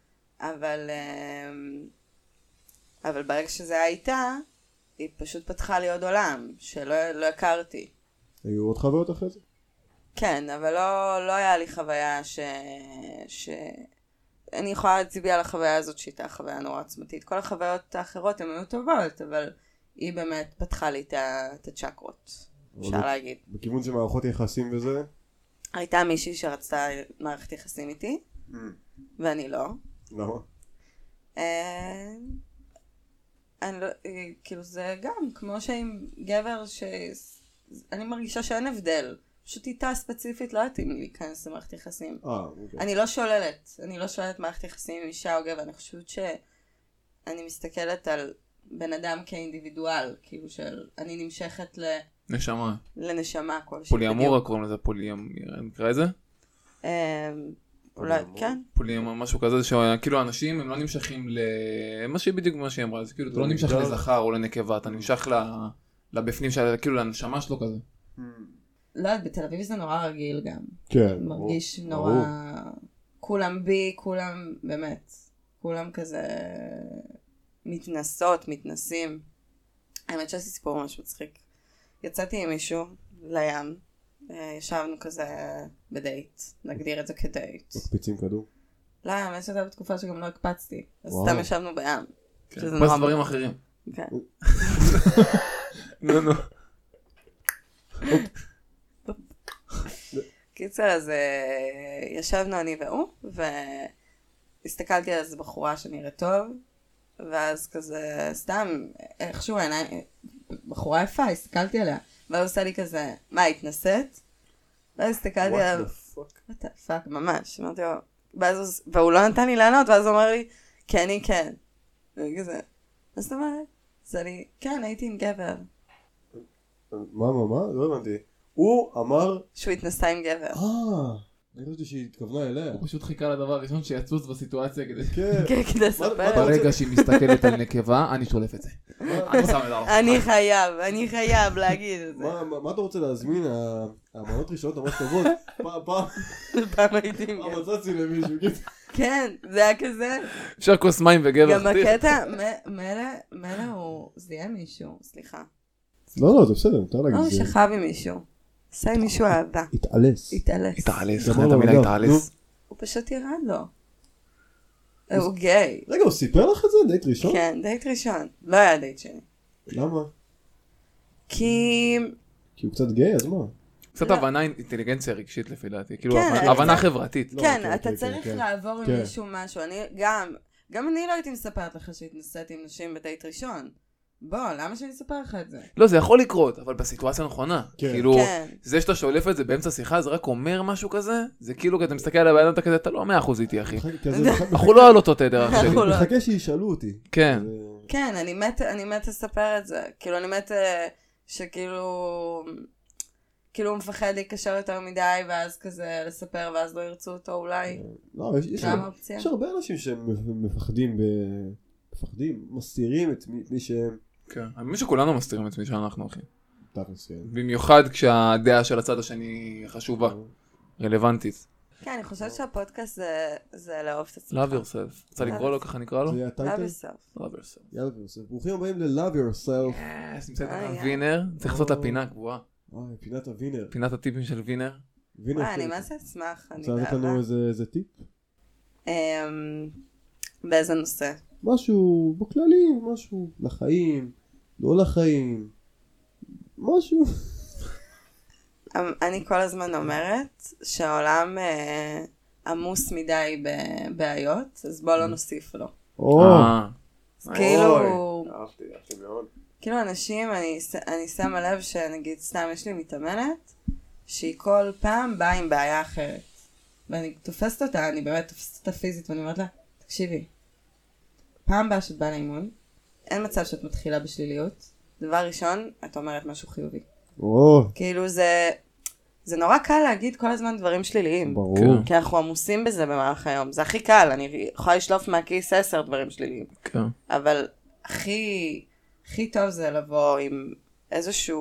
אבל ברגע שזה הייתה, היא פשוט פתחה לי עוד עולם, שלא הכרתי. היו עוד חוויות אחרי זה? כן, אבל לא היה לי חוויה אני יכולה להצביע על החוויה הזאת שהייתה חוויה נורא עצמתית. כל החוויות האחרות הן היו טובות, אבל היא באמת פתחה לי את הצ'קרות, אפשר להגיד. בכיוון של מערכות יחסים וזה? הייתה מישהי שרצתה מערכת יחסים איתי, ואני לא. למה? כאילו זה גם, כמו שעם גבר אני מרגישה שאין הבדל. פשוט איתה ספציפית לא מתאים לי להיכנס למערכת יחסים. אוקיי. אני לא שוללת מערכת יחסים עם אישה או גבר, אני חושבת שאני מסתכלת על בן אדם כאינדיבידואל, כאילו אני נמשכת לנשמה כלשהי. פוליאמורה קוראים לזה, נקרא את זה? אולי, כן. פוליאמורה, משהו כזה, שכאילו האנשים הם לא נמשכים בדיוק מה שהיא אמרה, זה כאילו אתה לא נמשך לזכר או לנקבה, אתה נמשך לבפנים שלה, כאילו לנשמה שלו כזה. לא יודעת, בתל אביב זה נורא רגיל גם. כן. מרגיש נורא, כולם בי, כולם באמת, כולם כזה מתנסים. האמת שעשיתי סיפור ממש מצחיק. יצאתי עם מישהו לים, ישבנו כזה בדייט, נגדיר את זה כדייט. מקפיצים כדור? לא, האמת שזה בתקופה שגם לא הקפצתי, אז סתם ישבנו בים. בס דברים אחרים. כן. נו. קיצר, אז ישבנו אני והוא, והסתכלתי על איזו בחורה שנראית טוב, ואז כזה, סתם, איכשהו העיניים, בחורה יפה, הסתכלתי עליה, ואז עושה לי כזה, מה, התנסית? ואז הסתכלתי עליו, what the fuck, ממש, אמרתי לו, והוא לא נתן לי לענות, ואז הוא אומר לי, כן, כן. וכזה, אז זאת אומרת, זה לי, כן, הייתי עם גבר. מה? לא הבנתי. הוא אמר... שהוא התנסה עם גבר. אני חושבת שהיא התכוונה אליה. הוא פשוט חיכה לדבר הראשון שיצוץ בסיטואציה כדי... כן, כדי לספר. ברגע שהיא מסתכלת על נקבה, אני שולף את זה. אני חייב להגיד את זה. מה אתה רוצה להזמין? המנות ראשונות ממש טובות. פעם הייתי עם גבר. מצאתי למישהו. כן, זה היה כזה. אפשר כוס מים וגבר. גם הקטע, מלא הוא זיהה מישהו, סליחה. לא, זה בסדר, יותר להגיד. הוא שכב עם מישהו. עשה עם מישהו אהבה. התעלס. זכרת המילה התעלס. הוא פשוט ירד לו. הוא גיי. רגע, הוא סיפר לך את זה? דייט ראשון? כן, דייט ראשון. לא היה דייט שני. למה? כי הוא קצת גיי, אז מה? קצת הבנה אינטליגנציה רגשית לפי דעתי. כאילו, כן, הבנה חברתית. כן, אתה צריך לעבור עם מישהו משהו. גם אני לא הייתי מספרת לך שהתנסיתי עם נשים בדייט ראשון. בוא, למה שאני אספר לך את זה? לא, זה יכול לקרות, אבל בסיטואציה הנכונה. כן. כאילו, זה שאתה שולף את זה באמצע שיחה, זה רק אומר משהו כזה, זה כאילו, אתה מסתכל על הבן אדם כזה, אתה לא 100% איתי, אחי. אנחנו לא על אותו תדר, אח שלי. מחכה שישאלו אותי. כן. כן, אני מת לספר את זה. כאילו, אני מת שכאילו... כאילו הוא מפחד להיקשר יותר מדי, ואז כזה לספר, ואז לא ירצו אותו אולי. לא, יש הרבה אנשים שמפחדים, מסתירים את מי שהם. כן, אני מבין שכולנו מסתירים את מי שאנחנו, אחי. תכלס, כן. במיוחד כשהדעה של הצד השני חשובה, רלוונטית. כן, אני חושבת שהפודקאסט זה לאהוב את עצמך. Love yourself. רוצה לקרוא לו ככה נקרא לו? זה הטייטל? Love yourself. Love yourself. ברוכים הבאים ל-Love yourself. נמצאת הווינר, צריך לעשות את הפינה קבועה. פינת הווינר. פינת הטיפים של ווינר. אני מה זה אשמח, אני רוצה לתת לנו איזה טיפ? באיזה נושא? משהו בכללי, משהו לחיים, לא לחיים, משהו. אני כל הזמן אומרת שהעולם עמוס מדי בבעיות, אז בוא לא נוסיף לו. אז כאילו... אהבתי מאוד. כאילו אנשים, אני שמה לב שנגיד סתם יש לי מתאמנת, שהיא כל פעם באה עם בעיה אחרת. ואני תופסת אותה, אני באמת תופסת אותה פיזית, ואני אומרת לה, תקשיבי, פעם באה שאת באה לאימון, אין מצב שאת מתחילה בשליליות. דבר ראשון, את אומרת משהו חיובי. כאילו זה נורא קל להגיד כל הזמן דברים שליליים. ברור. כי אנחנו עמוסים בזה במהלך היום. זה הכי קל, אני יכולה לשלוף מהכיס 10 דברים שליליים. כן. אבל הכי טוב זה לבוא עם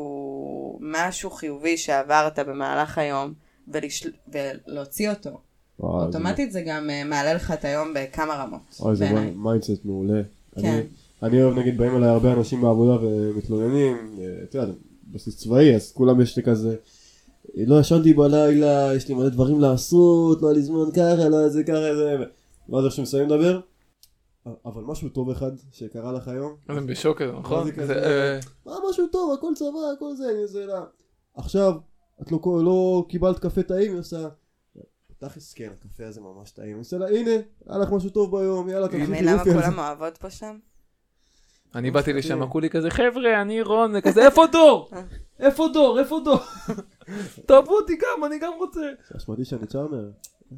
איזשהו משהו חיובי שעברת במהלך היום, ולהוציא אותו. אוטומטית זה גם מעלה לך את היום בכמה רמות. אוי, זה מיינדסט מעולה. כן. אני אוהב, נגיד, באים אליי הרבה אנשים בעבודה ומתלוננים, אתה יודע, בסיס צבאי, אז כולם יש לי כזה, לא ישנתי בלילה, יש לי מלא דברים לעשות, לא היה לי זמן ככה, לא היה זה ככה, זה, ואז איך שמסיים לדבר, אבל משהו טוב אחד שקרה לך היום. זה בשוק, נכון? משהו טוב, הכל צבא, הכל זה, אני עושה לה. עכשיו, את לא קיבלת קפה טעים, היא עושה, תכף, כן, הקפה הזה ממש טעים, אני עושה לה, הנה, היה לך משהו טוב ביום, יאללה, תמשיכי. למה כולם אוהבות פה שם? אני באתי לשם, אמרו לי כזה, חבר'ה, אני רון, כזה, איפה דור? איפה דור? איפה דור? תאהבו אותי גם, אני גם רוצה. אשמתי שאני צ'ארמר.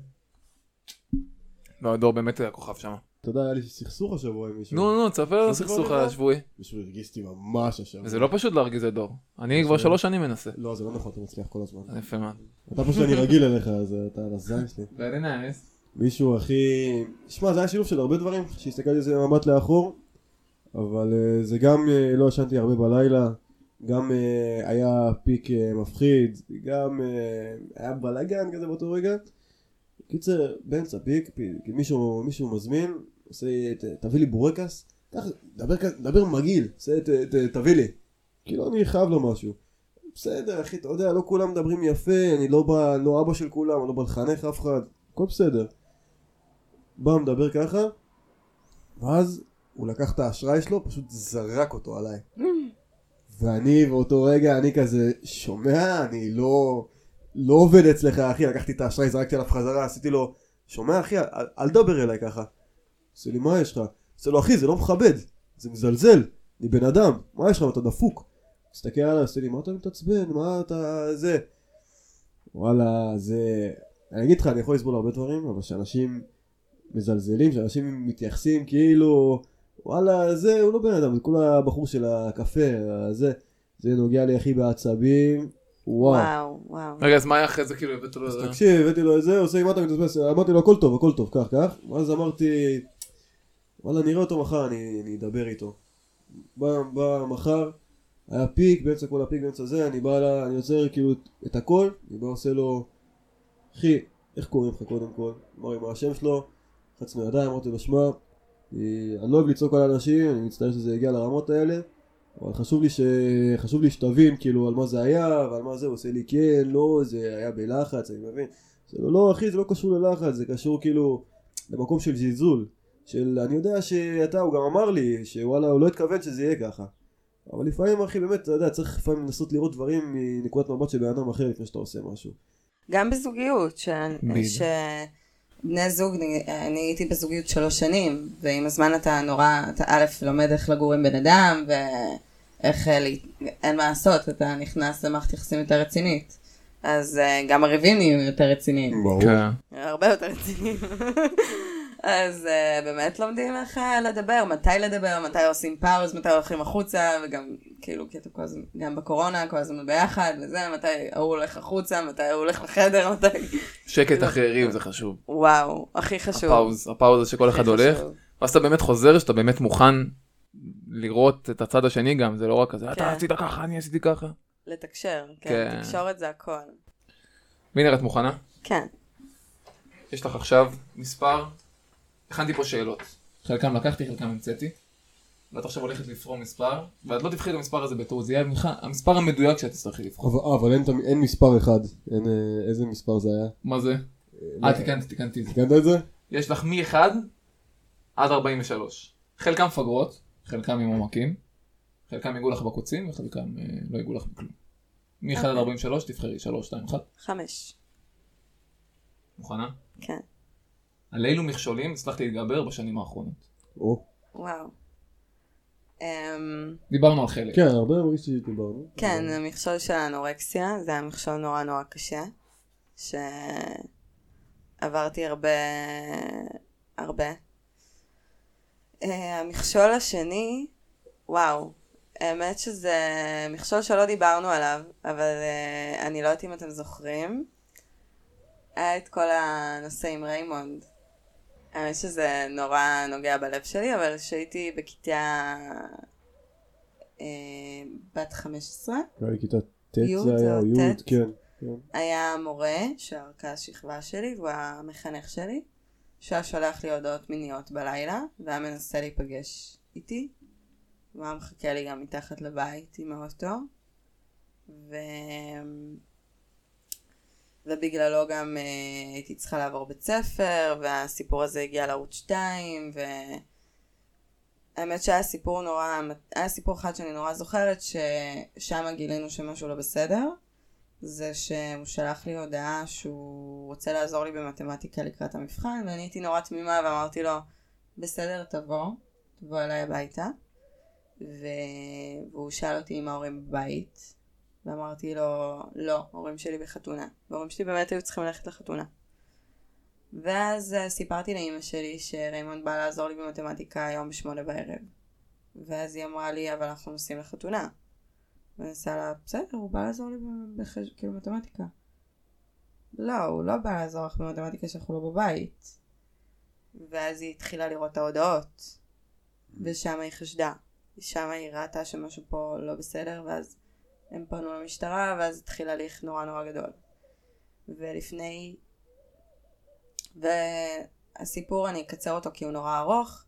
לא, דור באמת היה כוכב שם. אתה יודע, היה לי סכסוך השבוע עם מישהו. נו, תספר סכסוך השבועי. מישהו הרגיז אותי ממש השבוע. וזה לא פשוט להרגיז את דור. אני כבר 3 שנים מנסה. לא, זה לא נכון, אתה מצליח כל הזמן. יפה מאוד. אתה פשוט אני רגיל אליך, אז אתה על הזין שלי. ואני נאנס. מישהו הכי... שמע, זה היה שילוב של הרבה דברים, שהסתכלתי על זה במבט לאחור, אבל זה גם לא ישנתי הרבה בלילה, גם היה פיק מפחיד, גם היה בלגן כזה באותו רגע. קיצר, באמצע פיק, מישהו מזמין, עושה, תביא לי בורקס, ככה, דבר מגעיל, תביא לי. כאילו אני חייב לו משהו. בסדר, אחי, אתה יודע, לא כולם מדברים יפה, אני לא אבא של כולם, אני לא בא לחנך אף אחד, הכל בסדר. בא מדבר ככה, ואז הוא לקח את האשראי שלו, פשוט זרק אותו עליי. ואני באותו רגע, אני כזה שומע, אני לא עובד אצלך, אחי, לקחתי את האשראי, זרקתי עליו חזרה, עשיתי לו, שומע אחי, אל דבר אליי ככה. עושה לי, מה יש לך? עושה לו, אחי, זה לא מכבד, זה מזלזל, אני בן אדם, מה יש לך, אתה דפוק. מסתכל עליי, עושה לי, מה אתה מתעצבן, מה אתה, זה. וואלה, זה, אני אגיד לך, אני יכול לסבול הרבה דברים, אבל שאנשים מזלזלים, שאנשים מתייחסים כאילו, וואלה, זה, הוא לא בן אדם, זה כל הבחור של הקפה, זה נוגע לי הכי בעצבים. וואו. רגע, אז מה היה אחרי זה כאילו הבאתי לו את זה? אז תקשיב, הבאתי לו את זה, עושה אם אתה מתעצבן, אמרתי לו הכל טוב, כך. ואז אמרתי, וואלה, נראה אותו מחר, אני אדבר איתו. בא מחר, היה פיק, באמצע כל הפיק, באמצע זה, אני יוצר כאילו את הכל, אני בא עושה לו, אחי, איך קוראים לך קודם כל? אמר מה השם שלו, חצנו ידיים, אמרתי לו, שמע, אני לא אוהב לצעוק על אנשים, אני מצטער שזה הגיע לרמות האלה, אבל חשוב לי שתבין כאילו על מה זה היה ועל מה זה, הוא עושה לי כן, לא, זה היה בלחץ, אני מבין. זה לא, אחי, זה לא קשור ללחץ, זה קשור כאילו למקום של זלזול, אני יודע הוא גם אמר לי שוואלה, הוא לא התכוון שזה יהיה ככה. אבל לפעמים, אחי, באמת, אתה יודע, צריך לפעמים לנסות לראות דברים מנקודת מבט של בן אדם אחר לפני שאתה עושה משהו. גם בזוגיות, בני זוג, אני הייתי בזוגיות 3 שנים, ועם הזמן אתה א' לומד איך לגור עם בן אדם, ואיך, אין מה לעשות, אתה נכנס למערכת יחסים יותר רצינית. אז גם הריבים נהיים יותר רציניים. ברור. הרבה יותר רציניים. אז באמת לומדים איך לדבר, מתי עושים פאוז, מתי הולכים החוצה, וגם כאילו, כי אתה כל הזמן, גם בקורונה, כל הזמן ביחד, וזה, מתי הוא הולך החוצה, מתי הוא הולך לחדר, מתי... שקט אחרי ריב זה חשוב. וואו, הכי חשוב. הפאוז שכל אחד הולך, ואז אתה באמת חוזר, שאתה באמת מוכן לראות את הצד השני גם, זה לא רק כזה, אתה עשית ככה, אני עשיתי ככה. לתקשר, כן, תקשורת זה הכל. מינר, את מוכנה? כן. יש לך עכשיו מספר, הכנתי פה שאלות. חלקם לקחתי, חלקם המצאתי. ואת עכשיו הולכת לבחור מספר, ואת לא תבחרי את המספר הזה בטעות, זה יהיה המספר המדויק שאת תצטרכי לבחור. אבל אין מספר אחד, איזה מספר זה היה? מה זה? תיקנתי. תיקנת את זה? יש לך מ-1 עד 43. חלקם פגרות, חלקם עם עומקים, חלקם יגעו לך בקוצים, וחלקם לא יגעו לך בכלום. מ-1 עד 43 תבחרי 3, 2, 1. 5. מוכנה? כן. על אילו מכשולים הצלחתי להתגבר בשנים האחרונות? וואו. דיברנו על חלק. כן, הרבה מרגיש שדיברנו. כן, המכשול של האנורקסיה, זה היה מכשול נורא נורא קשה, שעברתי הרבה. המכשול השני, וואו, האמת שזה מכשול שלא דיברנו עליו, אבל אני לא יודעת אם אתם זוכרים, היה את כל הנושא עם ריימונד. האמת שזה נורא נוגע בלב שלי, אבל שהייתי בכיתה בת 15. היה לי כיתה ט' זה היה, י', כן. היה מורה שהרכז שכבה שלי, והוא המחנך שלי, שהיה שולח לי הודעות מיניות בלילה, והיה מנסה להיפגש איתי. הוא היה מחכה לי גם מתחת לבית עם האוטו. ובגללו גם הייתי צריכה לעבור בית ספר, והסיפור הזה הגיע לערוץ 2, האמת שהיה סיפור היה סיפור אחד שאני נורא זוכרת, ששם גילינו שמשהו לא בסדר. זה שהוא שלח לי הודעה שהוא רוצה לעזור לי במתמטיקה לקראת המבחן, ואני הייתי נורא תמימה ואמרתי לו, בסדר, תבוא אליי הביתה. והוא שאל אותי אם ההורים בבית, ואמרתי לו, לא, ההורים שלי בחתונה. וההורים שלי באמת היו צריכים ללכת לחתונה. ואז סיפרתי לאמא שלי שריימונד בא לעזור לי במתמטיקה היום ב8 בערב. ואז היא אמרה לי, אבל אנחנו נוסעים לחתונה. ואני עושה לה, בסדר, הוא בא לעזור לי כאילו מתמטיקה. לא, הוא לא בא לעזור לך במתמטיקה שאנחנו לא בבית. ואז היא התחילה לראות את ההודעות. ושם היא חשדה. שם היא ראתה שמשהו פה לא בסדר, ואז הם פנו למשטרה, ואז התחיל הליך נורא נורא גדול. והסיפור, אני אקצר אותו כי הוא נורא ארוך,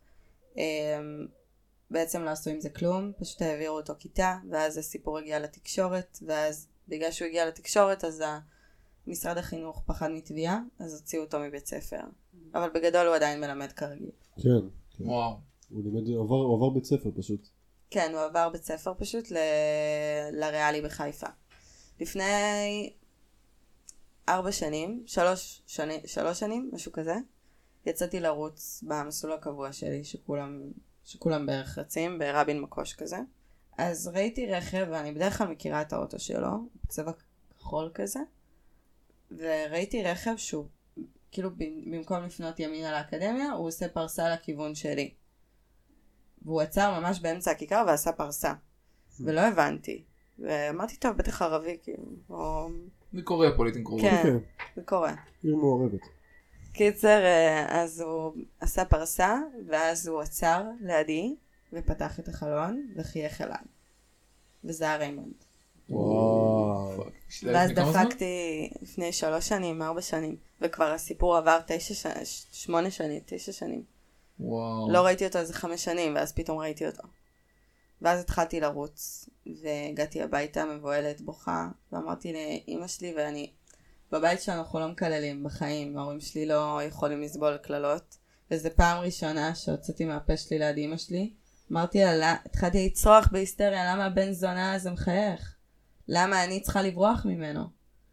בעצם לא עשו עם זה כלום, פשוט העבירו אותו כיתה, ואז הסיפור הגיע לתקשורת, ואז בגלל שהוא הגיע לתקשורת, אז משרד החינוך פחד מתביעה, אז הוציאו אותו מבית ספר. אבל בגדול הוא עדיין מלמד כרגיל. כן. וואו. הוא עבר בית ספר פשוט. כן, הוא עבר בית ספר פשוט לריאלי בחיפה. לפני 4 שנים, 3 שנים, משהו כזה, יצאתי לרוץ במסלול הקבוע שלי, שכולם בערך רצים, ברבין מקוש כזה. אז ראיתי רכב, ואני בדרך כלל מכירה את האוטו שלו, בצבע כחול כזה, וראיתי רכב שהוא, כאילו במקום לפנות ימינה לאקדמיה, הוא עושה פרסה לכיוון שלי. והוא עצר ממש באמצע הכיכר ועשה פרסה. ולא הבנתי. ואמרתי, טוב, בטח ערבי, כאילו, או... זה קורה, פוליטים קרובים. כן, זה קורה. עיר מעורבת. קיצר, אז הוא עשה פרסה, ואז הוא עצר לידי, ופתח את החלון, וחייך אליי. וזה היה ריימונד. וואו. ואז דפקתי לפני 3 שנים, 4 שנים, וכבר הסיפור עבר 8 שנים, 9 שנים. וואו. לא ראיתי אותו איזה 5 שנים, ואז פתאום ראיתי אותו. ואז התחלתי לרוץ, והגעתי הביתה מבועלת, בוכה, ואמרתי לאמא שלי, ואני, בבית שלנו אנחנו לא מקללים בחיים, ההורים שלי לא יכולים לסבול קללות, וזו פעם ראשונה שהוצאתי מהפה שלי ליד אמא שלי, אמרתי לה, התחלתי לצרוח בהיסטריה, למה הבן זונה הזה מחייך? למה אני צריכה לברוח ממנו?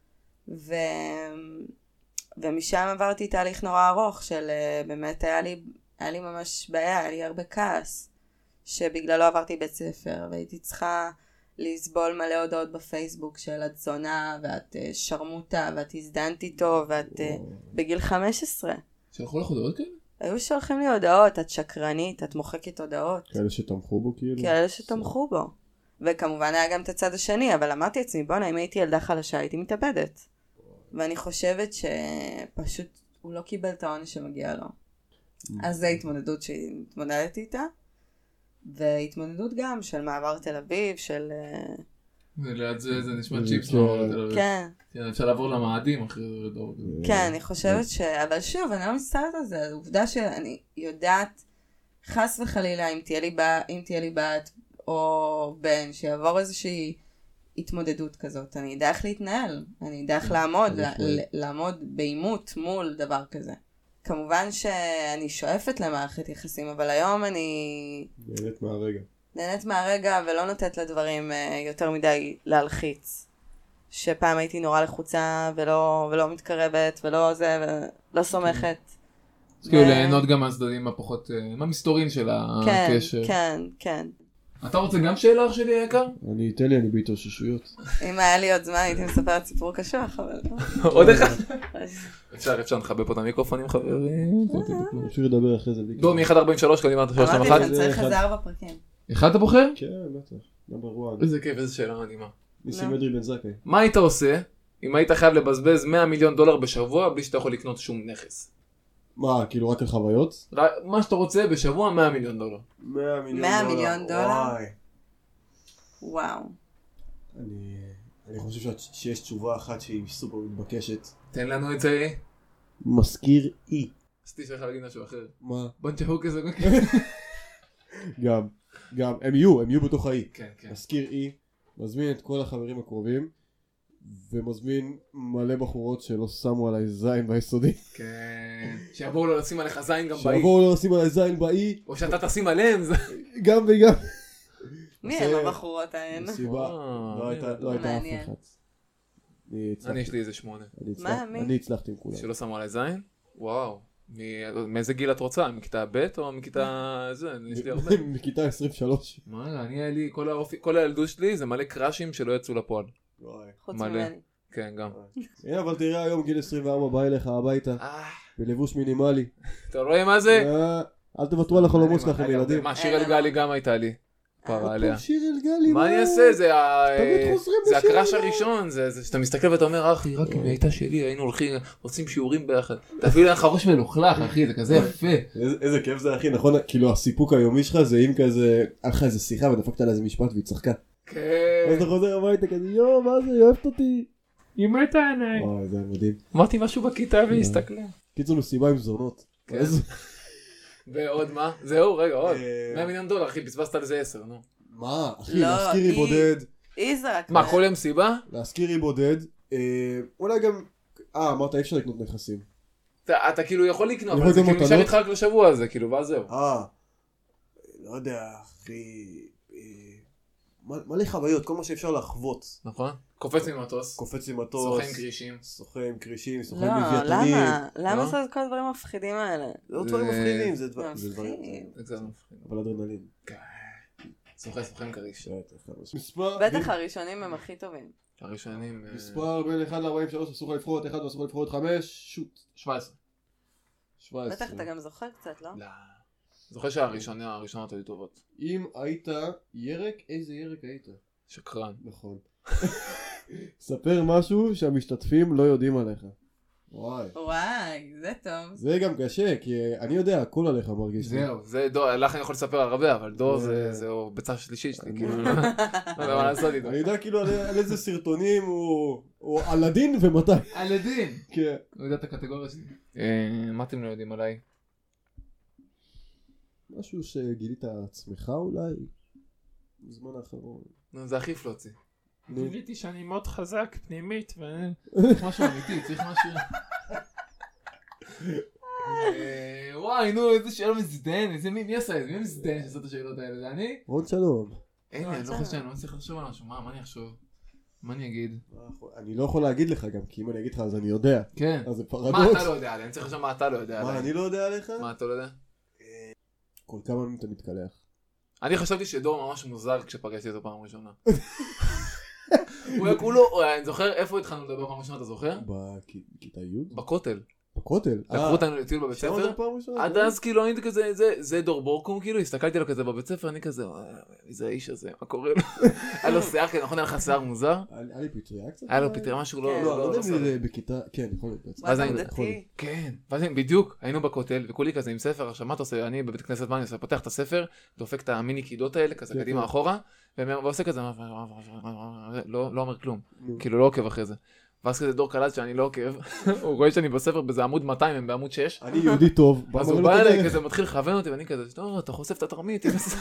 ומשם עברתי תהליך נורא ארוך, של באמת היה לי ממש בעיה, היה לי הרבה כעס, שבגללו עברתי בית ספר, והייתי צריכה לסבול מלא הודעות בפייסבוק של את זונה, ואת שרמוטה, ואת הזדנת איתו, ואת בגיל 15. שלחו לך הודעות כאלה? היו שולחים לי הודעות, את שקרנית, את מוחקת הודעות. כאלה שתמכו בו כאילו? כאלה שתמכו בו. וכמובן היה גם את הצד השני, אבל אמרתי לעצמי, בוא'נה, אם הייתי ילדה חלשה, הייתי מתאבדת. ואני חושבת שפשוט הוא לא קיבל את העונש שמגיע לו. אז זו התמודדות שהתמודדתי איתה, והתמודדות גם של מעבר תל אביב, של... ליד זה נשמע צ'יפס מעבר תל אביב. כן. אפשר לעבור למאדים אחרי זה. כן, אני חושבת אבל שוב, אני לא מצטערת על זה, העובדה שאני יודעת, חס וחלילה, אם תהיה לי בת או בן, שיעבור איזושהי התמודדות כזאת, אני אדע איך להתנהל, אני אדע איך לעמוד באימות מול דבר כזה. כמובן שאני שואפת למערכת יחסים, אבל היום אני... נהנית מהרגע ולא נותנת לדברים יותר מדי להלחיץ. שפעם הייתי נורא לחוצה ולא מתקרבת ולא זה ולא סומכת. אז כאילו ליהנות גם מהצדדים הפחות, מהמסתורין של הקשר. כן, כן. אתה רוצה גם שאלה אח שלי היקר? אני בהתאוששויות. אם היה לי עוד זמן הייתי מספרת סיפור קשוח, אבל... עוד אחד. אפשר לחבא פה את המיקרופונים חברים. אפשר לדבר אחרי זה. דור מ-1.43 קדימה אתה שואל שלום אחד. אמרתי לכם צריך איזה 4 פרקים. אחד אתה בוחר? כן, בטח. נאמבר 1. איזה כיף, איזה שאלה מדהימה. ניסים אדרי בן זכאי. מה היית עושה אם היית חייב לבזבז $100 מיליון בשבוע בלי שאתה יכול לקנות שום נכס? מה, כאילו רק על חוויות? מה שאתה רוצה בשבוע $100 מיליון. $100 מיליון. $100 מיליון? וואו. אני אני חושב שיש תשובה אחת שהיא סופר מתבקשת. תן לנו את זה. מזכיר אי. עשיתי שלך להגיד משהו אחר. מה? בנצ'הוק כזה. גם, הם יהיו בתוך האי. כן, כן. מזכיר אי, מזמין את כל החברים הקרובים, ומזמין מלא בחורות שלא שמו עליי זין ביסודי. כן. שיבואו לו לשים עליך זין גם באי. שיבואו לו לשים עליי זין באי. או שאתה תשים עליהם. גם וגם. מי הם הבחורות ההן? סיבה, לא הייתה אף אחד. אני יש לי איזה 8. אני הצלחתי עם כולם. שלא שמו עליי זין? וואו. מאיזה גיל את רוצה? מכיתה ב' או מכיתה... יש לי הרבה. מכיתה 23. מה? אני היה לי... כל הילדות שלי זה מלא קראשים שלא יצאו לפועל. חוץ ממני. כן, גם. אבל תראה היום גיל 24 בא אליך הביתה. בלבוש מינימלי. אתה רואה מה זה? אל תוותרו על החלומות שלכם ילדים. מה, שיר אלגלי גם הייתה לי. פרה עליה. שיר אלגלי, מה אני אעשה? זה לשיר הקראש הראשון. זה שאתה מסתכל ואתה אומר, אחי, רק אם היא הייתה שלי, היינו הולכים, עושים שיעורים ביחד. תפעיל לך ראש מלוכלך, אחי, זה כזה יפה. איזה כיף זה, אחי, נכון? כאילו הסיפוק היומי שלך זה אם כזה, היה לך איזה שיחה ודפקת על איזה משפט והיא צחקה. כן. אז אתה חוזר הביתה כזה, יואו, מה זה, היא אוהבת אותי. היא מתה עיניי. וואי, זה מדהים. אמרתי משהו בכיתה והסתכלה. קיצור מסיבה עם זונות. ועוד מה? זהו, רגע, עוד. $100 מיליון, אחי, בזבזת על זה 10, נו. מה? אחי, להזכירי בודד. מה, כל יום סיבה? להזכירי בודד. אולי גם... אמרת, אי אפשר לקנות נכסים. אתה כאילו יכול לקנות, אבל זה כאילו נשאר איתך רק לשבוע הזה, כאילו, ואז זהו. לא יודע, אחי... מלא חוויות, כל מה שאפשר לחוות. נכון? קופץ ממטוס. סוכן קרישים. סוכן לא, לוויתנים. למה לעשות את כל הדברים המפחידים האלה? זה לא דברים מפחידים, זה דברים... אבל אדרנלין. סוכן קריש. בטח הראשונים הם הכי טובים. הראשונים... מספר בין 1 ל-43 אסור לבחור את 1 ואסור לבחור את 5. שוט. 17. בטח אתה גם זוכר קצת, לא? לא. זוכר שהראשונות היו טובות. אם היית ירק, איזה ירק היית? שקרן. נכון. ספר משהו שהמשתתפים לא יודעים עליך. וואי, זה טוב. זה גם קשה, כי אני יודע, הכל עליך מרגיש. זהו, זה דור, לך אני יכול לספר הרבה, אבל דור זה ביצה שלישית שלי, כאילו, לא יודע מה לעשות איתו. אני יודע כאילו על איזה סרטונים הוא על הדין ומתי. על הדין? כן. הוא יודע את הקטגוריה שלי. מה אתם לא יודעים עליי? משהו שגילית עצמך אולי? בזמן האחרון. זה הכי פלוצי. גיליתי שאני מאוד חזק פנימית צריך משהו אמיתי, צריך משהו... וואי, נו, איזה שאלה מזדהן, מי עשה את זה? מי מזדהן שעשה את השאלות האלה? זה אני? רון שלום. אין לי, אני לא חושב שאני לא צריך לחשוב על משהו, מה אני אחשוב? מה אני אגיד? אני לא יכול להגיד לך גם, כי אם אני אגיד לך אז אני יודע. כן. אז זה פרדוקס. מה אתה לא יודע עליי? אני צריך לחשוב מה אתה לא יודע עליי. מה, אני לא יודע עליך? מה אתה לא יודע? כל כמה ימים אתה מתקלח. אני חשבתי שדור ממש מוזר כשפגשתי אותו פעם ראשונה. הוא היה כולו, אני זוכר איפה התחלנו לדבר פעם ראשונה, אתה זוכר? בכיתה י'? בכותל. בכותל? לקחו אותנו לטיול בבית ספר. עד אז כאילו הייתי כזה, זה דור בורקום, כאילו הסתכלתי עליו כזה בבית ספר, אני כזה, איזה האיש הזה, מה קורה לו? היה לו שיער, נכון, היה לך שיער מוזר? היה לי פטריה קצת? היה לו פטריה, משהו לא... לא יודע אם זה בכיתה, כן, יכול להיות בעצם. ואז דתי. כן, ואז בדיוק, היינו בכותל, וכולי כזה עם ספר, עכשיו מה אתה עושה? אני בבית כנסת, מה אני עושה? פותח את הספר, דופק את המיני קידות האלה, כזה קדימה אחורה, ועושה כזה, לא אומר כלום, כאילו לא עוקב אחרי זה. ואז כזה דור קלט שאני לא עוקב, הוא רואה שאני בספר באיזה עמוד 200, הם בעמוד 6. אני יהודי טוב. אז הוא בא אליי כזה, מתחיל לכוון אותי, ואני כזה, לא, אתה חושף את התרמית,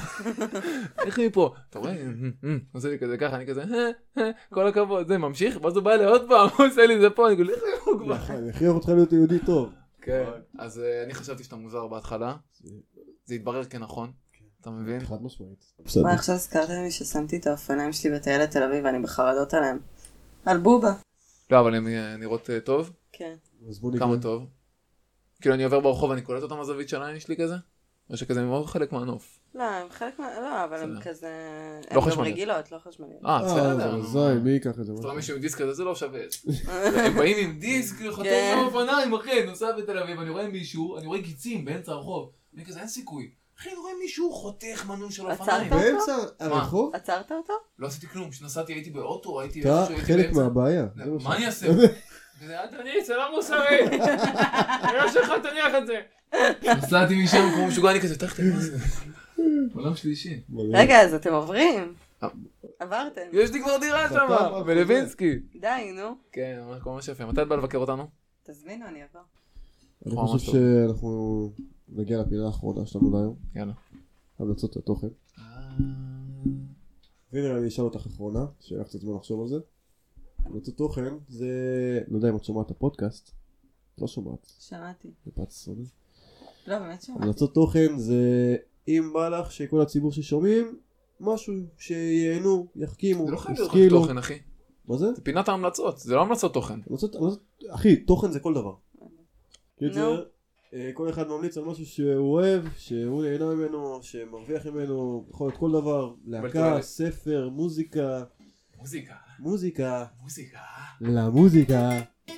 איך מפה? אתה רואה? עושה לי כזה ככה, אני כזה, כל הכבוד, זה ממשיך, ואז הוא בא אליי עוד פעם, הוא עושה לי זה פה, אני כאילו, הוא כבר. הכריח אותך להיות יהודי טוב. כן, אז אני חשבתי שאתה מוזר בהתחלה, זה התברר כנכון, אתה מבין? חד משמעית. מה, עכשיו הזכרת לי ששמתי את האופניים שלי בטיילת תל אביב ואני בחרדות עליהם. על בובה. לא, אבל הן נראות טוב? כן. כמה טוב? כאילו אני עובר ברחוב ואני קולט אותם הזווית של העין שלי כזה? או שכזה הם מאוד חלק מהנוף? לא, הם חלק מה... לא, אבל הם כזה... לא הם גם חשמליות. רגילות, לא חשמליות. בסדר. זי, מי ייקח את זה? אתה רואה מישהו עם דיסק כזה, זה לא שווה. הם באים עם דיסק, חתום באופניים, אחי, נוסע בתל אביב, אני רואה מישהו, אני רואה גיצים באמצע הרחוב. אני כזה, אין סיכוי. אחי, אני רואה מישהו חותך מנעול של אופניים. באמצע הרחוב? עצרת אותו? לא עשיתי כלום, כשנסעתי הייתי באוטו, הייתי... אתה חלק מהבעיה. מה אני אעשה? אדוני, זה לא מוסרי. אני לא שלך תניח את זה. נסעתי משם כמו משוגע, אני כזה, תחת מה זה? עולם שלישי. רגע, אז אתם עוברים. עברתם. יש לי כבר דירה שם, בלווינסקי. די, נו. כן, ממש יפה. מתי את בא לבקר אותנו? תזמינו, אני אבוא. אני חושב שאנחנו נגיע לפינה האחרונה שלנו להיום. יאללה. המלצות התוכן. והנה אני אשאל אותך אחרונה, שיהיה לך קצת זמן לחשוב על זה. המלצות תוכן זה, לא יודע אם את שומעת את הפודקאסט. לא שומעת. שמעתי. מפאת סוני. לא, באמת שמעתי. המלצות תוכן זה אם בא לך שכל הציבור ששומעים משהו שיהנו, יחכימו, זה לא חייב להיות תוכן, אחי. מה זה? זה פינת ההמלצות, זה לא המלצות תוכן. אחי, תוכן זה כל דבר. כל אחד ממליץ על משהו שהוא אוהב, שהוא נהנה ממנו, שמרוויח ממנו, יכול להיות כל דבר, להקה, ספר, מוזיקה. למוזיקה.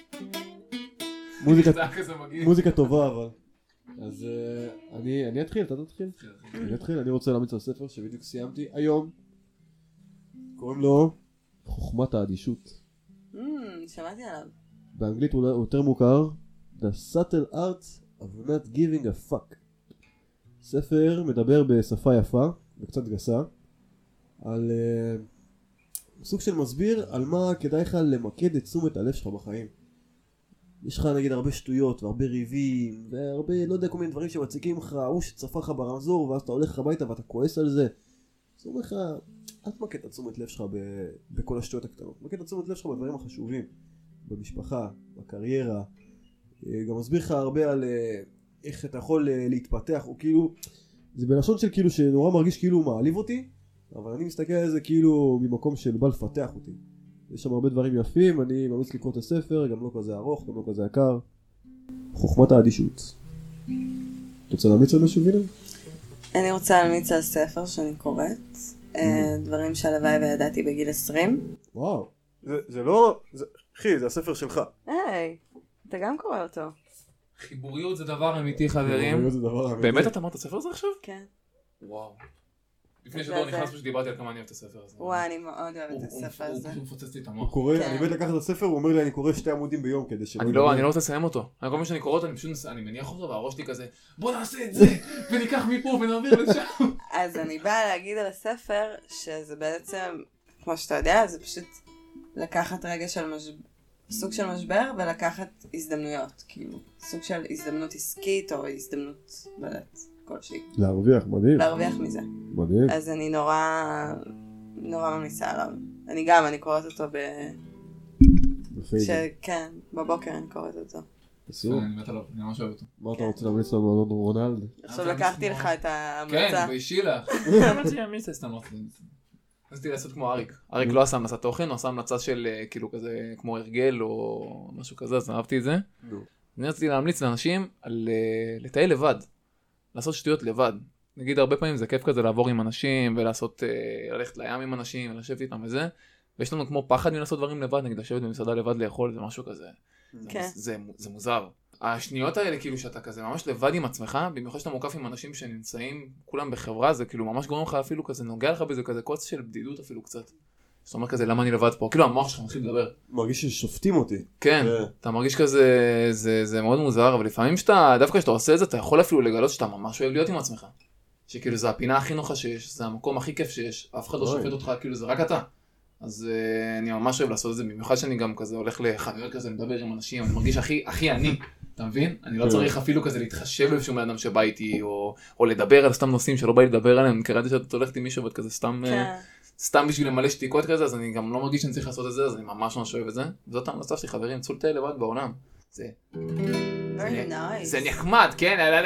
מוזיקה טובה אבל. אז אני אתחיל, אתה תתחיל? אני אתחיל, אני רוצה להמליץ על ספר שבדיוק סיימתי היום. קוראים לו חוכמת האדישות. שמעתי עליו. באנגלית הוא יותר מוכר, The Subtle Art of Not Giving a Fuck. ספר מדבר בשפה יפה וקצת גסה על סוג של מסביר על מה כדאי לך למקד את תשומת הלב שלך בחיים. יש לך נגיד הרבה שטויות והרבה ריבים והרבה לא יודע כל מיני דברים שמציקים לך, הוא שצפה לך ברמזור ואז אתה הולך הביתה ואתה כועס על זה. זאת אומרת לך, אל תמקד את תשומת לב שלך בכל השטויות הקטנות, מקד את תשומת לב שלך בדברים החשובים, במשפחה, בקריירה. גם מסביר לך הרבה על איך אתה יכול להתפתח, או כאילו, זה בלשון של כאילו שנורא מרגיש כאילו מעליב אותי, אבל אני מסתכל על זה כאילו ממקום של בא לפתח אותי. יש שם הרבה דברים יפים, אני ממליץ לקרוא את הספר, גם לא כזה ארוך, גם לא כזה יקר. חוכמת האדישות. אתה רוצה להמליץ על משהו, וינה? אני רוצה להמליץ על ספר שאני קוראת, דברים שהלוואי וידעתי בגיל 20. וואו, זה לא, אחי, זה הספר שלך. היי, אתה גם קורא אותו. חיבוריות זה דבר אמיתי, חברים. באמת אתה אמרת את הספר הזה עכשיו? כן. וואו. לפני שדור נכנס שדיברתי על כמה אני אוהב את הספר הזה. וואי, אני מאוד אוהבת את הספר הזה. הוא מפוצץ לי את המוח. הוא קורא, אני באמת לקחת את הספר, הוא אומר לי אני קורא 2 עמודים ביום כדי שלא... אני לא רוצה לסיים אותו. כל פעם שאני קורא אותו, אני מניח אותו והראש שלי כזה, בוא נעשה את זה, וניקח מפה ונעביר לשם. אז אני באה להגיד על הספר, שזה בעצם, כמו שאתה יודע, זה פשוט לקחת רגע של סוג של משבר ולקחת הזדמנויות, כאילו, סוג של הזדמנות עסקית או הזדמנות בלט. כלשהי. להרוויח, מדהים. להרוויח מזה. מדהים. אז אני נורא ממליצה עליו. אני קוראת אותו כן, בבוקר אני קוראת אותו. אסור. אני מת עליו, אני ממש אוהב אותו. מה אתה רוצה להמליץ לנו על רונלד? עכשיו לקחתי לך את ההמלצה. כן, באישי לך. למה שימיץ סתם לא חושב. רציתי לעשות כמו אריק. אריק לא עשה המלצת תוכן, הוא עשה המלצה של כאילו כזה כמו הרגל או משהו כזה, אז אהבתי את זה. אני רציתי להמליץ לאנשים על לטייל לבד. לעשות שטויות לבד. נגיד הרבה פעמים זה כיף כזה לעבור עם אנשים ולעשות, ללכת לים עם אנשים ולשבת איתם וזה. ויש לנו כמו פחד מלעשות דברים לבד, נגיד לשבת במסעדה לבד לאכול, זה משהו כזה. כן. זה מוזר. השניות האלה כאילו שאתה כזה ממש לבד עם עצמך, במיוחד שאתה מוקף עם אנשים שנמצאים כולם בחברה, זה כאילו ממש גורם לך אפילו כזה, נוגע לך בזה כזה קוץ של בדידות אפילו קצת. זאת אומרת כזה, למה אני לבד פה? כאילו המוח שלך מתחיל לדבר. מרגיש ששופטים אותי. כן, אתה מרגיש כזה, זה מאוד מוזר, אבל לפעמים דווקא כשאתה עושה את זה, אתה יכול אפילו לגלות שאתה ממש אוהב להיות עם עצמך. שכאילו זה הפינה הכי נוחה שיש, זה המקום הכי כיף שיש, אף אחד לא שופט אותך, כאילו זה רק אתה. אז אני ממש אוהב לעשות את זה, במיוחד שאני גם כזה הולך לחנויות כזה, לדבר עם אנשים, אני מרגיש הכי אני, אתה מבין? אני לא צריך אפילו כזה להתחשב באיזשהו מאדם שבא איתי, או לדבר על סתם נושאים שלא בא לי לדבר עליהם, קראתי שאת הולכת עם מישהו ואת כזה סתם בשביל למלא שתיקות כזה, אז אני גם לא מרגיש שאני צריך לעשות את זה, אז אני ממש ממש אוהב את זה. וזאת ההמלצה שלי, חברים, צאו לטייל לבד בעולם. זה נחמד, כן?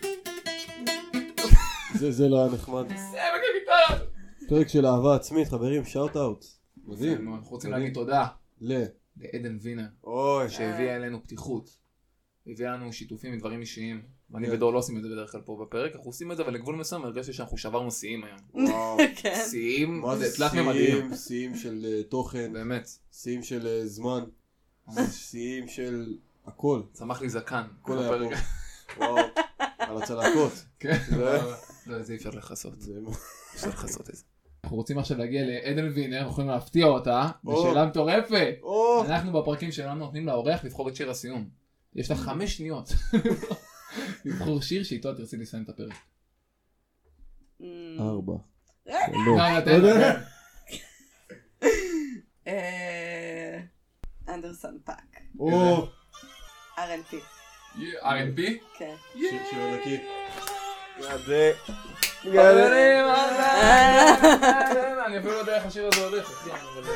זה לא היה נחמד. פרק של אהבה עצמית, חברים, שאוט אאוט. מדהים. אנחנו רוצים להגיד תודה לעדן וינר, שהביאה אלינו פתיחות. הביאה לנו שיתופים מדברים אישיים. ואני ודור לא עושים את זה בדרך כלל פה בפרק, אנחנו עושים את זה, אבל לגבול מסוים הרגשתי שאנחנו שברנו שיאים היום. וואו. שיאים, זה תלת ממדיים. שיאים של תוכן. באמת. שיאים של זמן. שיאים של הכל. צמח לי זקן. הכל היה פה. וואו. על הצלקות. כן. לא, זה אי אפשר לחסות. אפשר לחסות את זה. אנחנו רוצים עכשיו להגיע לעדן וינר, אנחנו יכולים להפתיע אותה בשאלה מטורפת. אנחנו בפרקים שלנו נותנים לאורח לבחור את שיר הסיום. יש לך 5 שניות. לבחור שיר שאיתו את תרצי לסיים את הפרק. 4. אנדרסון פאק. או, R&P. R&P? כן. שיר ענקי. חברים, אני אפילו לא יודע איך השיר הזה הולך, אחי.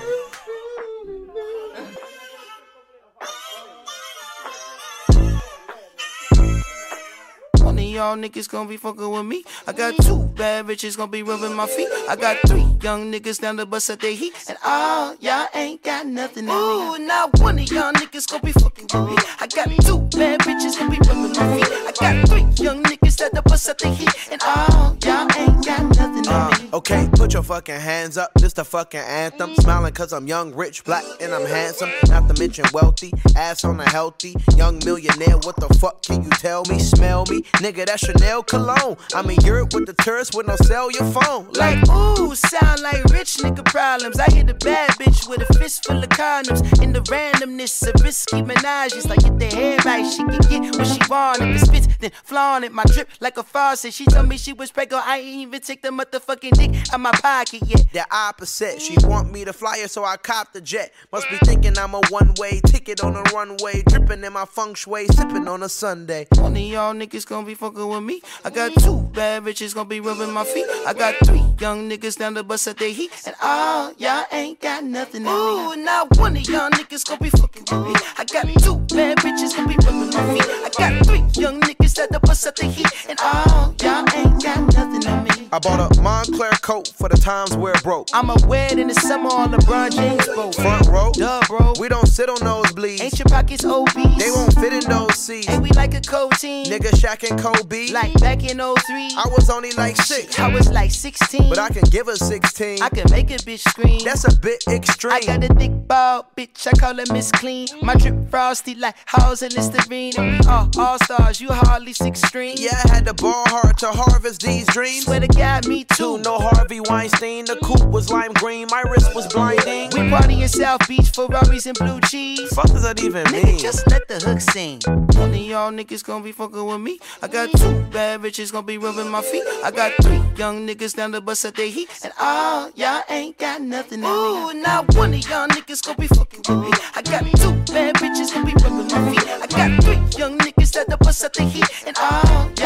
One of y'all niggas gonna be fucking with me. I got 2 bad bitches gonna be rubbing my feet. I got 3 young niggas down the bus at their heat. And all y'all ain't got nothing on me. Ooh, now one of y'all niggas gonna be fucking with me. I got 2 bad bitches gonna be rubbing my feet. I got 3 young niggas at the bus at their heat. And all y'all ain't got nothing on me. Okay, put your fucking hands up, this the fucking anthem. Smiling cause I'm young, rich, black, and I'm handsome. Not to mention wealthy, ass on a healthy young millionaire. What the fuck can you tell me? Smell me? Nigga, that's Chanel cologne. I'm in Europe with the tourists with no cellular phone. Like, ooh, sound like rich nigga problems. I hit a bad bitch with a fist full of condoms. In the randomness of risky menages. Like, get the head right, she can get what she want. If it spits, then flaunt it. My drip like a faucet. She told me she was pregnant, I ain't even take the motherfucking dick out my pocket yet. The opposite, she want me to fly her, so I cop the jet. Must be thinking I'm a one-way ticket on a runway. Dripping in my feng shui, sipping on a Sunday. One of y'all niggas gonna be fucking with me. I got 2 bad bitches gonna be rubbing my feet. I got 3 young niggas down the bus at their heat. And all y'all ain't got nothing on me. Ooh, now one of y'all niggas gonna be fucking with me. I got 2 bad bitches gonna be rubbing my feet. I got 3 young niggas at the bus at their heat. And all y'all ain't got nothing on me. I bought a Montclair coat for the times where it broke. I'ma wear it in the summer on LeBron James boat. Front row, Duh, bro. we don't sit on nosebleeds. Ain't your pockets obese? They won't fit in those seats. And we like a cold team. Nigga Shaq and Kobe. Like back in 03. I was only like 6. I was like 16. But I can give her 16. I can make a bitch scream. That's a bit extreme. I got a thick ball, bitch, I call her Miss Clean. My drip frosty like Halls and Listerine. And we all stars, you hardly 6 string. Yeah, I had to ball hard to harvest these dreams. Swear to God, me too. No Harvey Weinstein, the coupe was lime green, my wrist was blinding. We party in South Beach, Ferraris and blue cheese. Fuck does that even Nigga, mean? just let the hook sing. One of y'all niggas gonna be fucking with me. I got 2 bad bitches gonna be rubbing my feet. I got 3 young niggas down the bus at their heat. And all y'all ain't got nothing on me. Ooh, now one of y'all niggas gonna be fucking with me. I got 2 bad bitches gonna be rubbing my feet. I got 3 young niggas at the bus at their heat. And all